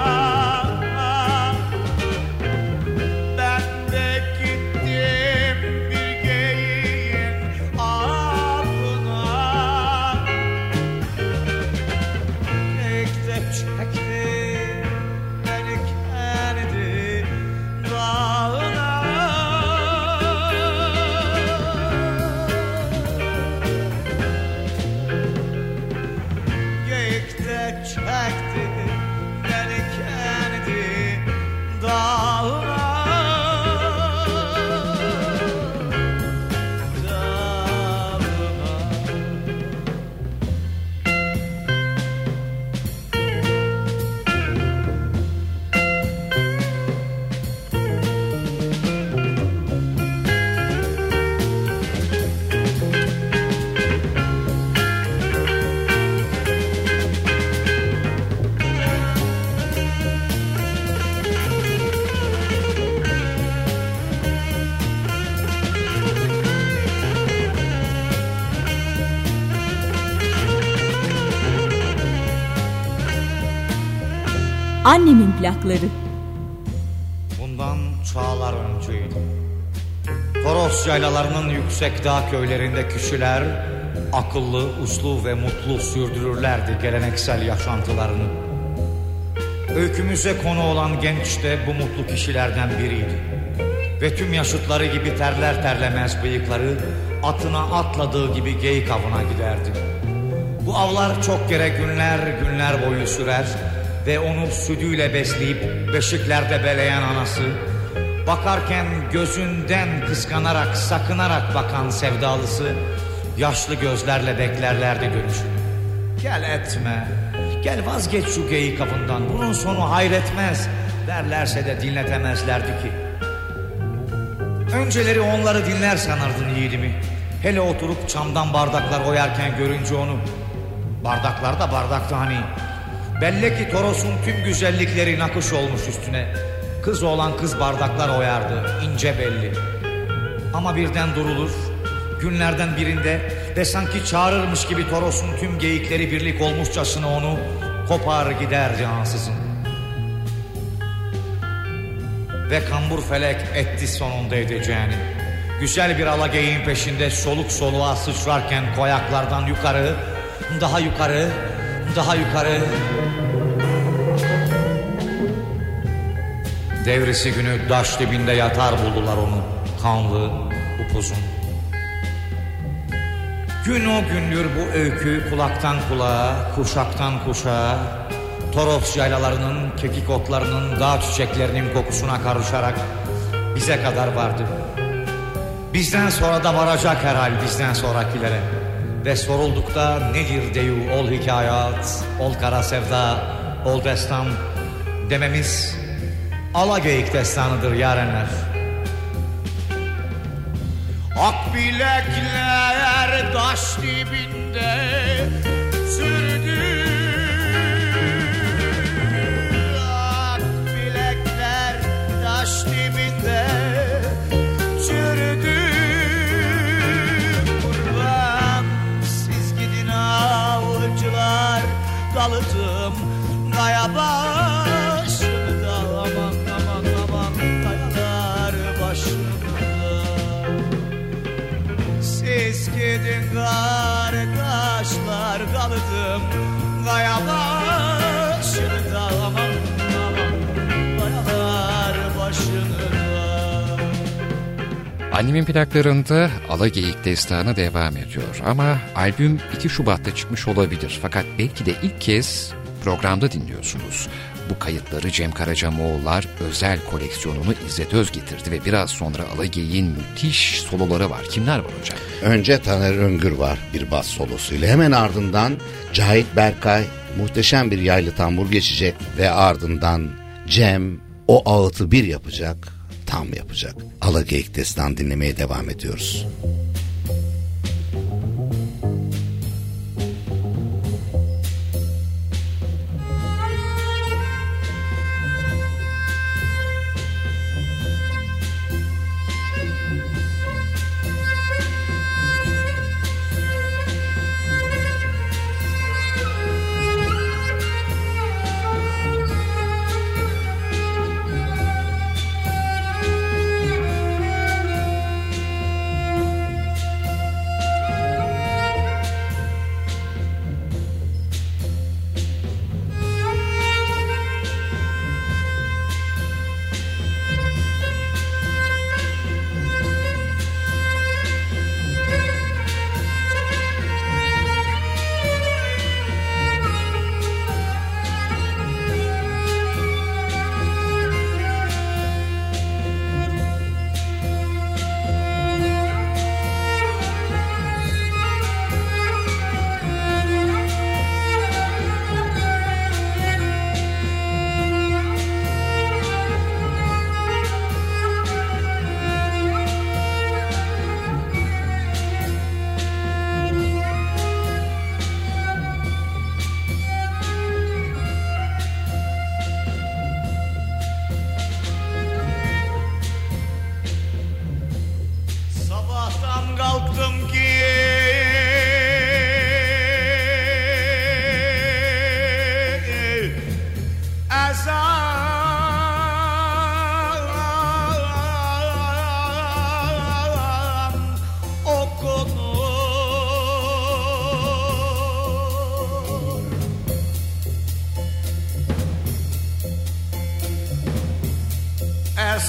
Annemin plakları. Bundan çağlar önceydi. Toros yaylalarının yüksek dağ köylerinde kişiler akıllı, uslu ve mutlu sürdürürlerdi geleneksel yaşantılarını. Öykümüze konu olan genç de bu mutlu kişilerden biriydi. Ve tüm yaşıtları gibi terler terlemez bıyıkları atına atladığı gibi geyik avına giderdi. Bu avlar çok kere günler günler boyu sürer ve onu sütüyle besleyip beşiklerde beleyen anası, bakarken gözünden kıskanarak sakınarak bakan sevdalısı yaşlı gözlerle beklerlerdi dönüşünü. Gel etme, gel vazgeç şu geyik avından, bunun sonu hayretmez derlerse de dinletemezlerdi ki. Önceleri onları dinler sanardın yiğidimi. Hele oturup çamdan bardaklar oyarken görünce onu. Bardaklar da bardaktı hani. Belli ki Toros'un tüm güzellikleri nakış olmuş üstüne. Kız olan kız bardaklar oyardı, ince belli. Ama birden durulur, günlerden birinde ve sanki çağırırmış gibi Toros'un tüm geyikleri birlik olmuşçasına onu kopar giderdi ansızın. Ve kambur felek etti sonunda edeceğini. Güzel bir alageyin peşinde soluk soluğa sıçrarken koyaklardan yukarı, daha yukarı, daha yukarı. Devrisi günü daş dibinde yatar buldular onu, kanlı, upuzun. Gün o gündür bu öykü kulaktan kulağa, kuşaktan kuşağa, Toros yaylalarının, kekik otlarının, dağ çiçeklerinin kokusuna karışarak bize kadar vardı. Bizden sonra da varacak herhal bizden sonrakilere. Ve soruldukta nedir deyu ol hikayat, ol kara sevda, ol destan dememiz alageyik destanıdır yarenler. Ak bilekler taş dibinde sürdü. Ak bilekler taş dibinde çürüdü. Kurban siz gidin avcılar, kalıdım kaya başında. Aman aman aman kayalar başında. Siz gidin kardeşler, kalıdım kaya başında. Aman aman kayalar başında. Annemin plaklarında Alageyik destanı devam ediyor ama albüm iki Şubat'ta çıkmış olabilir. Fakat belki de ilk kez programda dinliyorsunuz. Bu kayıtları Cem Karacamoğullar özel koleksiyonunu İzzet Öz getirdi ve biraz sonra Alageyik'in müthiş soloları var. Kimler var hocam? Önce Taner Öngür var bir bas solosuyla. Hemen ardından Cahit Berkay muhteşem bir yaylı tambur geçecek ve ardından Cem o ağıtı bir yapacak, tam yapacak. Alageyik destan dinlemeye devam ediyoruz.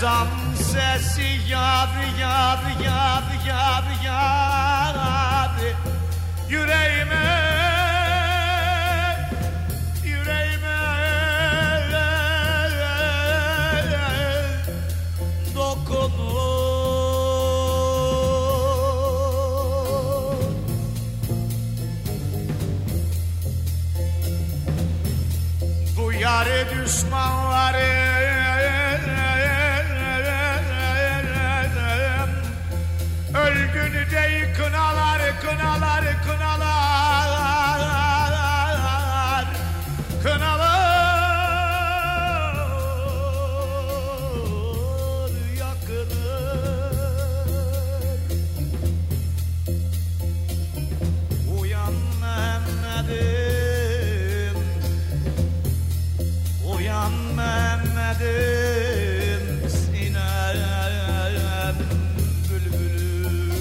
ezan sesi yar yar yar yar yar yüreğime yüreğime dokunur. Bu yâre düşmanları ölgünü de kınalar, kınalar, kınalar, kınalar, yakınır. Uyan Mehmet'im, uyan Mehmet'im, sinem bülbülü.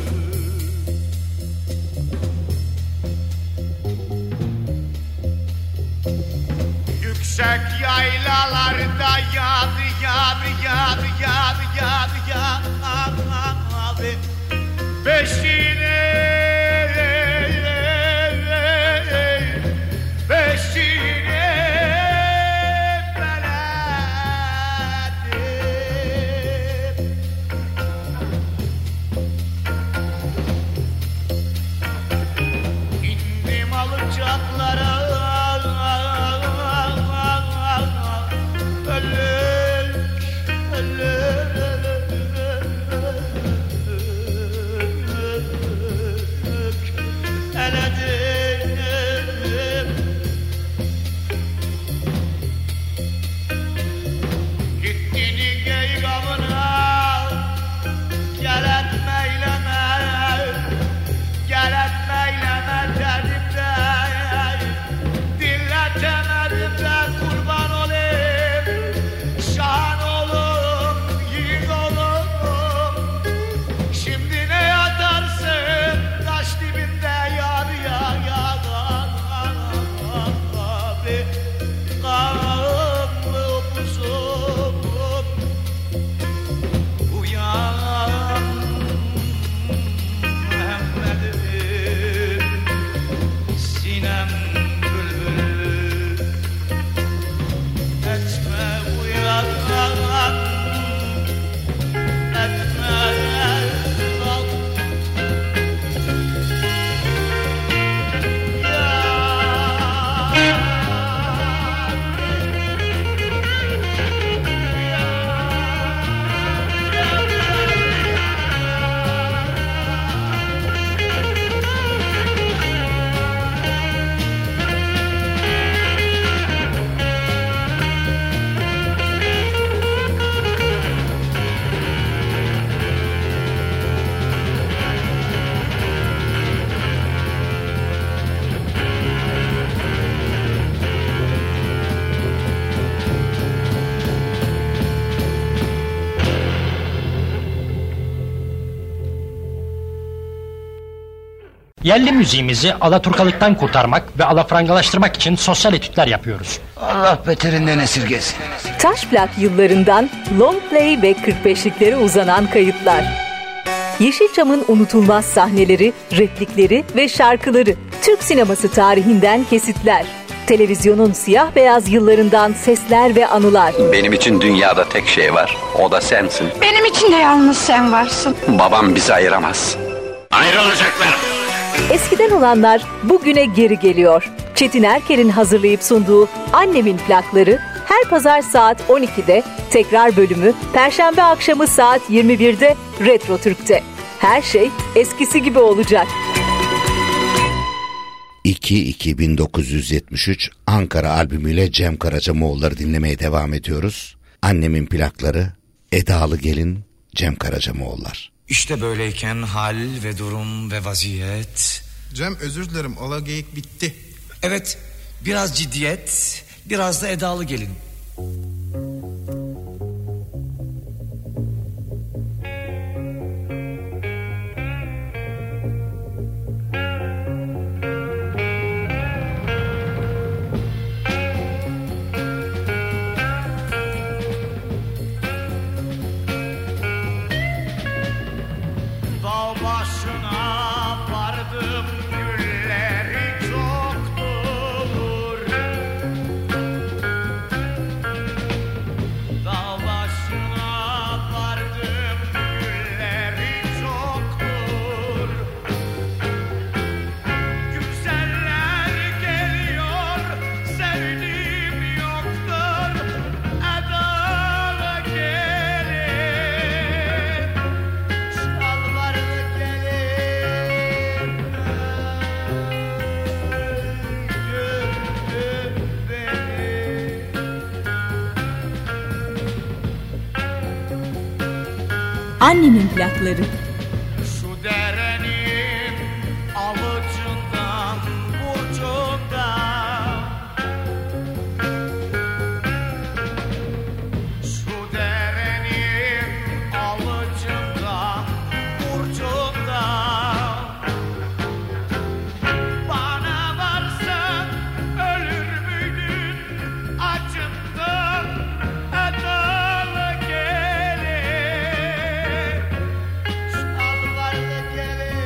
Yüksek yaylalarda yağdı yağdı yağdı yağdı yağdı yağdı beşiğine beşiğine beledim. İndim alacaklara ölük ölük eledim. Gittini gey kavuna gel etme eyleme gel etme eyleme dedim de dinletemedim de kurban olayım şahan oğlum yiğit oğlum. Şimdi ne yatarsın taş dibinde yar yar yar abi kanlı upuzun uyan Mehmet'im sinem bülbül etme uyan etme kalk Yerli müziğimizi alaturkalıktan kurtarmak ve alafrangalaştırmak için sosyal etütler yapıyoruz. Allah beterinden esirgesin. Taş plak yıllarından long play ve kırk beşliklere uzanan kayıtlar. Yeşilçam'ın unutulmaz sahneleri, replikleri ve şarkıları. Türk sineması tarihinden kesitler. Televizyonun siyah beyaz yıllarından sesler ve anılar. Benim için dünyada tek şey var, o da sensin. Benim için de yalnız sen varsın. Babam bizi ayıramaz. Ayrılacaklar. Eskiden olanlar bugüne geri geliyor. Çetin Erker'in hazırlayıp sunduğu Annemin Plakları her pazar saat on ikide, tekrar bölümü Perşembe akşamı saat yirmi birde Retro Türk'te. Her şey eskisi gibi olacak. iki iki bin dokuz yüz yetmiş üç Ankara albümüyle Cem Karacamoğulları dinlemeye devam ediyoruz. Annemin Plakları, Edalı Gelin, Cem Karacamoğullar. İşte böyleyken hal ve durum ve vaziyet. Cem özür dilerim, ala geyik bitti. Evet, biraz ciddiyet, biraz da edalı gelin. Annemin plakları. Şu derenin alıcından burcundan, şu derenin alıcından burcundan, bana baksan ölür müydün acımdan, adalı gelin, adalı gelin.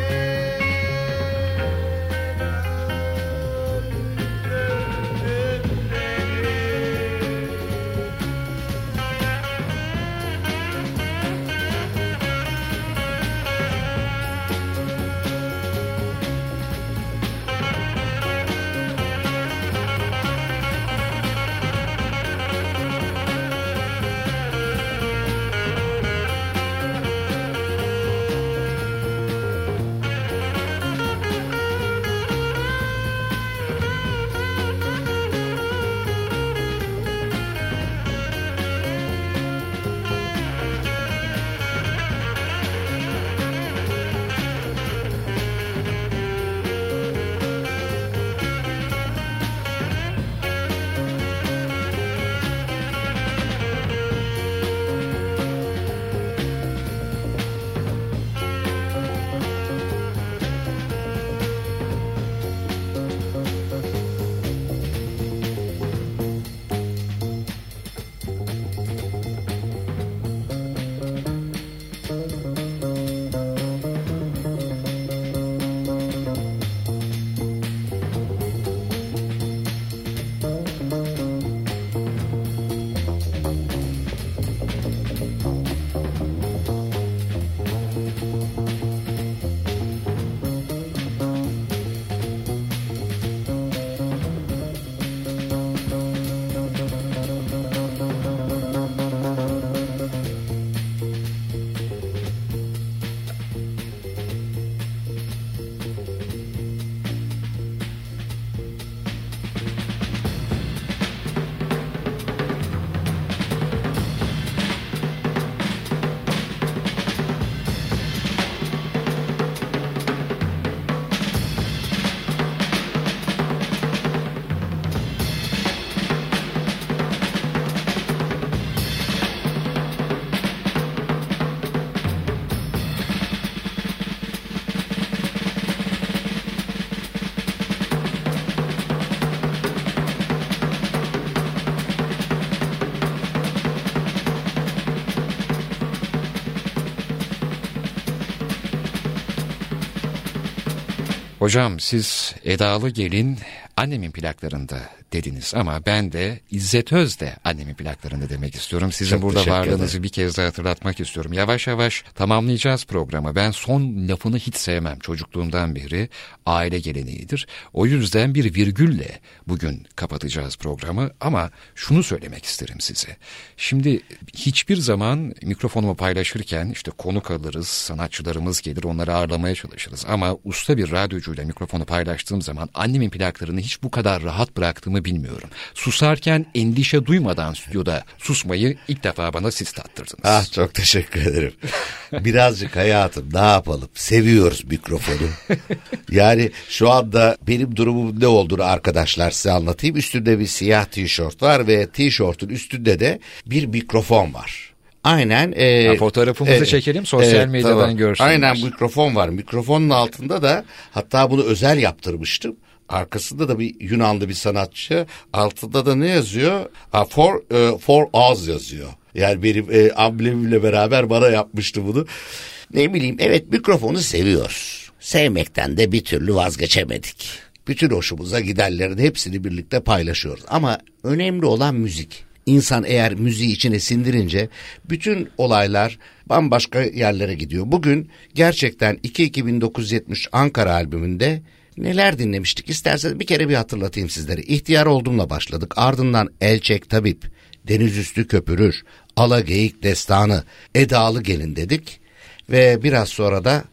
Hocam siz Edalı Gelin annemin plaklarında dediniz ama ben de İzzet Öz de annemin plaklarında demek istiyorum. Sizin Çok burada varlığınızı bir kez daha hatırlatmak istiyorum. Yavaş yavaş tamamlayacağız programı. Ben son lafını hiç sevmem. Çocukluğumdan beri aile geleneğidir. O yüzden bir virgülle bugün kapatacağız programı ama şunu söylemek isterim size. Şimdi hiçbir zaman mikrofonumu paylaşırken işte konuk alırız, sanatçılarımız gelir, onları ağırlamaya çalışırız. Ama usta bir radyocuyla mikrofonu paylaştığım zaman annemin plaklarını hiç bu kadar rahat bıraktığımı bilmiyorum. Susarken endişe duymadan stüdyoda susmayı ilk defa bana siz tattırdınız. Ah, çok teşekkür ederim. Birazcık hayatım, ne yapalım? Seviyoruz mikrofonu. Yani şu anda benim durumum ne olduğunu arkadaşlar size anlatayım. Üstünde bir siyah tişört var ve tişörtün üstünde de bir mikrofon var. Aynen. E, ya fotoğrafımızı e, çekelim sosyal e, medyadan tamam. görsünler. Aynen, mikrofon var. Mikrofonun altında da, hatta bunu özel yaptırmıştım. Arkasında da bir Yunanlı bir sanatçı. Altında da ne yazıyor? Ha, for, uh, for us yazıyor. Yani benim e, amblemimle beraber bana yapmıştı bunu. Ne bileyim, evet, mikrofonu seviyoruz. Sevmekten de bir türlü vazgeçemedik. Bütün hoşumuza gidenlerin hepsini birlikte paylaşıyoruz. Ama önemli olan müzik. İnsan eğer müziği içine sindirince bütün olaylar bambaşka yerlere gidiyor. Bugün gerçekten iki iki bin dokuz yüz yetmiş Ankara albümünde neler dinlemiştik? İsterseniz bir kere bir hatırlatayım sizlere. İhtiyar Olduğum'la başladık. Ardından El Çek Tabip, Deniz Üstü Köpürür, Ala Geyik Destanı, Edalı Gelin dedik. Ve biraz sonra da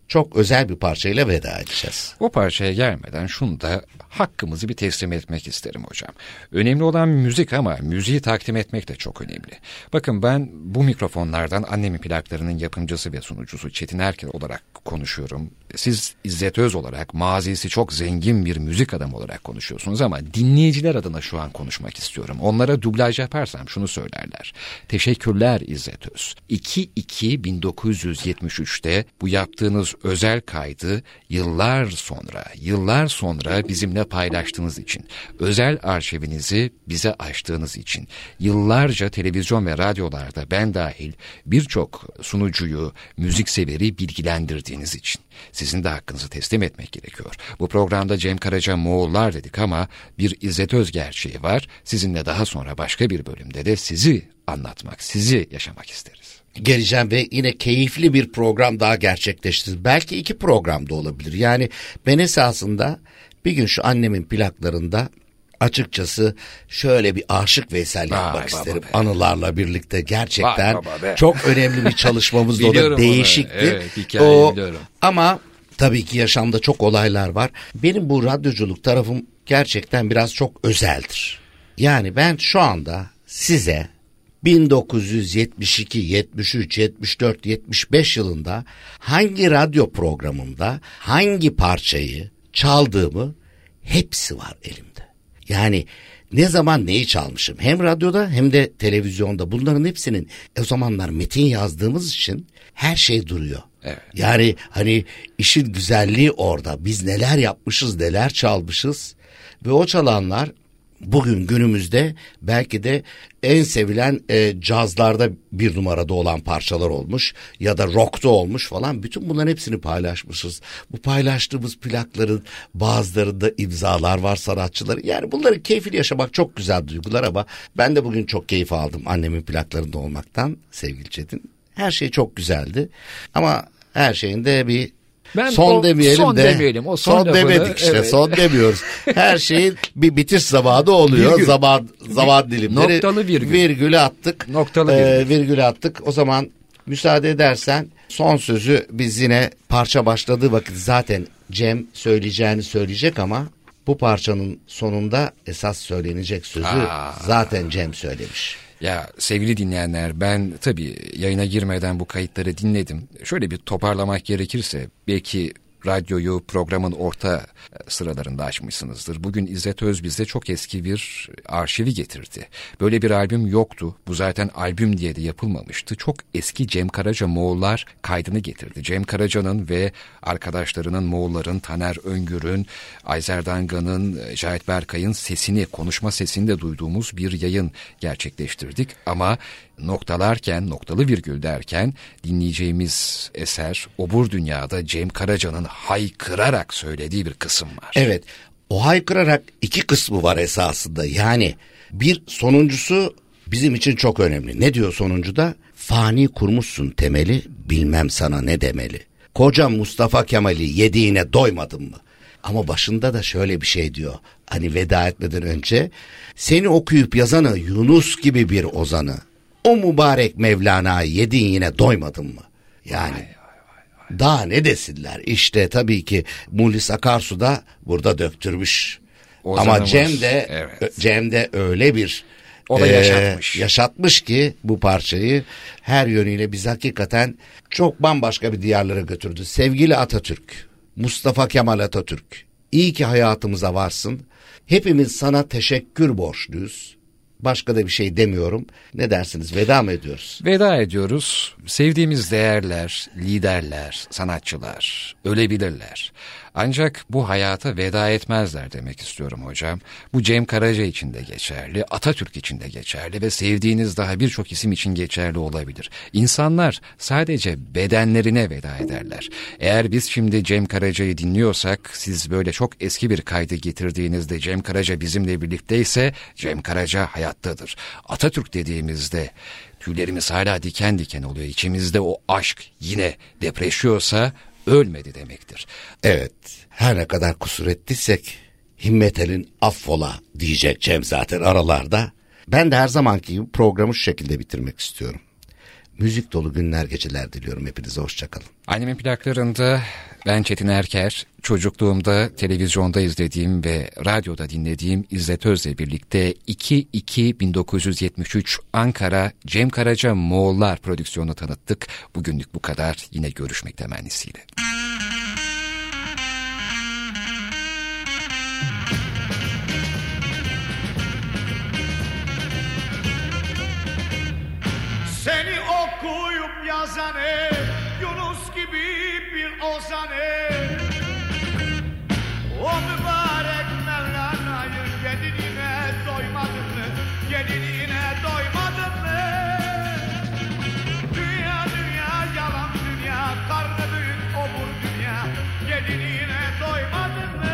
çok özel bir parçayla veda edeceğiz. O parçaya gelmeden şunu da hakkımızı bir teslim etmek isterim hocam. Önemli olan müzik ama müziği takdim etmek de çok önemli. Bakın ben bu mikrofonlardan annemin plaklarının yapımcısı ve sunucusu Çetin Erkel olarak konuşuyorum. Siz İzzet Öz olarak mazisi çok zengin bir müzik adamı olarak konuşuyorsunuz ama dinleyiciler adına şu an konuşmak istiyorum. Onlara dublaj yaparsam şunu söylerler. Teşekkürler İzzet Öz. iki iki bin dokuz yüz yetmiş üçte bu yaptığınız özel kaydı yıllar sonra, yıllar sonra bizimle paylaştığınız için, özel arşivinizi bize açtığınız için, yıllarca televizyon ve radyolarda ben dahil birçok sunucuyu, müzikseveri bilgilendirdiğiniz için. Sizin de hakkınızı teslim etmek gerekiyor. Bu programda Cem Karaca Moğollar dedik ama bir İzzet Öz gerçeği var. Sizinle daha sonra başka bir bölümde de sizi anlatmak, sizi yaşamak isteriz. Geleceğim ve yine keyifli bir program daha gerçekleştiririz. Belki iki program da olabilir. Yani ben esasında bir gün şu annemin plaklarında açıkçası şöyle bir Aşık Veysel yapmak isterim. Be. Anılarla birlikte gerçekten çok önemli bir çalışmamız da o değişikti. Evet, hikayeyi biliyorum. Ama tabii ki yaşamda çok olaylar var. Benim bu radyoculuk tarafım gerçekten biraz çok özeldir. Yani ben şu anda size bin dokuz yüz yetmiş iki, yetmiş üç, yetmiş dört, yetmiş beş yılında hangi radyo programımda hangi parçayı çaldığımı hepsi var elimde. Yani ne zaman neyi çalmışım hem radyoda hem de televizyonda bunların hepsinin o zamanlar metin yazdığımız için her şey duruyor. Evet. Yani hani işin güzelliği orada biz neler yapmışız neler çalmışız ve o çalanlar bugün günümüzde belki de en sevilen e, cazlarda bir numarada olan parçalar olmuş ya da rock'ta olmuş falan. Bütün bunların hepsini paylaşmışız. Bu paylaştığımız plakların bazılarında imzalar var sanatçıların. Yani bunları keyifli yaşamak çok güzel duygular ama ben de bugün çok keyif aldım annemin plaklarında olmaktan sevgili Çetin. Her şey çok güzeldi ama her şeyin de bir Ben son o, demeyelim son de demeyelim. O son, son demedik işte evet. Son demiyoruz. Her şeyin bir bitiş zamanı oluyor. Virgül. Zaman zaman dilimleri. Noktalı virgül. Virgülü attık. Noktalı virgül. Ee, virgülü attık. O zaman müsaade edersen son sözü biz yine parça başladığı vakit zaten Cem söyleyeceğini söyleyecek ama bu parçanın sonunda esas söylenecek sözü Aa. zaten Cem söylemiş. Ya sevgili dinleyenler ben tabii yayına girmeden bu kayıtları dinledim. Şöyle bir toparlamak gerekirse belki radyoyu programın orta sıralarında açmışsınızdır. Bugün İzzet Öz bize çok eski bir arşivi getirdi. Böyle bir albüm yoktu. Bu zaten albüm diye de yapılmamıştı. Çok eski Cem Karaca Moğollar kaydını getirdi. Cem Karaca'nın ve arkadaşlarının Moğolların, Taner Öngür'ün, Ayzer Danga'nın, Cahit Berkay'ın sesini, konuşma sesini de duyduğumuz bir yayın gerçekleştirdik. Ama noktalarken, noktalı virgül derken dinleyeceğimiz eser Obur Dünya'da Cem Karaca'nın haykırarak söylediği bir kısım var. Evet, o haykırarak iki kısmı var esasında. Yani bir sonuncusu bizim için çok önemli. Ne diyor sonuncuda? Fani kurmuşsun temeli, bilmem sana ne demeli. Koca Mustafa Kemal'i yediğine doymadın mı? Ama başında da şöyle bir şey diyor. Hani veda etmeden önce seni okuyup yazanı Yunus gibi bir ozanı. O mübarek Mevlana'yı yedin yine doymadın mı? Yani vay, vay, vay. Daha ne desinler? İşte tabii ki Muhlis Akarsu da burada döktürmüş. Ozanımız, ama Cem de evet. Cem de öyle bir o da e, yaşatmış. yaşatmış ki bu parçayı her yönüyle biz hakikaten çok bambaşka bir diyarlara götürdü. Sevgili Atatürk, Mustafa Kemal Atatürk, iyi ki hayatımıza varsın. Hepimiz sana teşekkür borçluyuz. Başka da bir şey demiyorum. Ne dersiniz? Veda mı ediyoruz? Veda ediyoruz. Sevdiğimiz değerler, liderler, sanatçılar ölebilirler. Ancak bu hayata veda etmezler demek istiyorum hocam. Bu Cem Karaca için de geçerli, Atatürk için de geçerli ve sevdiğiniz daha birçok isim için geçerli olabilir. İnsanlar sadece bedenlerine veda ederler. Eğer biz şimdi Cem Karaca'yı dinliyorsak, siz böyle çok eski bir kaydı getirdiğinizde Cem Karaca bizimle birlikteyse Cem Karaca hayattadır. Atatürk dediğimizde tüylerimiz hala diken diken oluyor. İçimizde o aşk yine depreşiyorsa ölmedi demektir. Evet, her ne kadar kusur ettiysek himmetelin affola diyecek Cem zaten aralarda. Ben de her zamanki gibi programı şu şekilde bitirmek istiyorum. müzik dolu günler, geceler diliyorum hepinize. Hoşçakalın. Annemin plaklarında ben Çetin Erker, çocukluğumda televizyonda izlediğim ve radyoda dinlediğim İzzet Öz'le birlikte iki iki bin dokuz yüz yetmiş üç Ankara Cem Karaca Moğollar prodüksiyonu tanıttık. Bugünlük bu kadar. Yine görüşmek temennisiyle. Seni okuyup yazanı, Yunus gibi bir ozanı, o mübarek Mevlana'yı gelinine doymadın mı, gelinine doymadın mı? Dünya dünya yalan dünya, karnı büyük obur dünya, gelinine doymadın mı?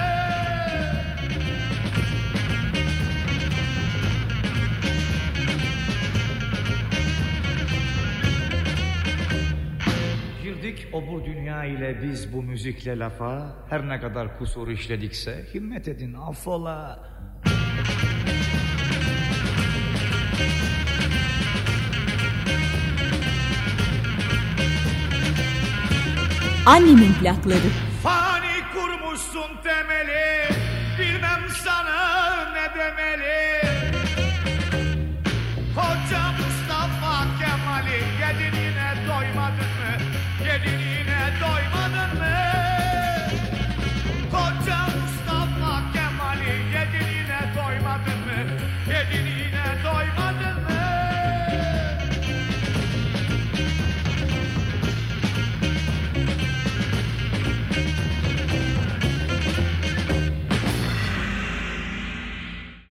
Girdik o bu dünya ile biz bu müzikle lafa, her ne kadar kusur işledikse himmet edin affola. Annemin plakları. Fani kurmuşsun temeli, bilmem sana ne demeli. Hoca Mustafa Kemal'i gelinine doymadın mı? Gelinine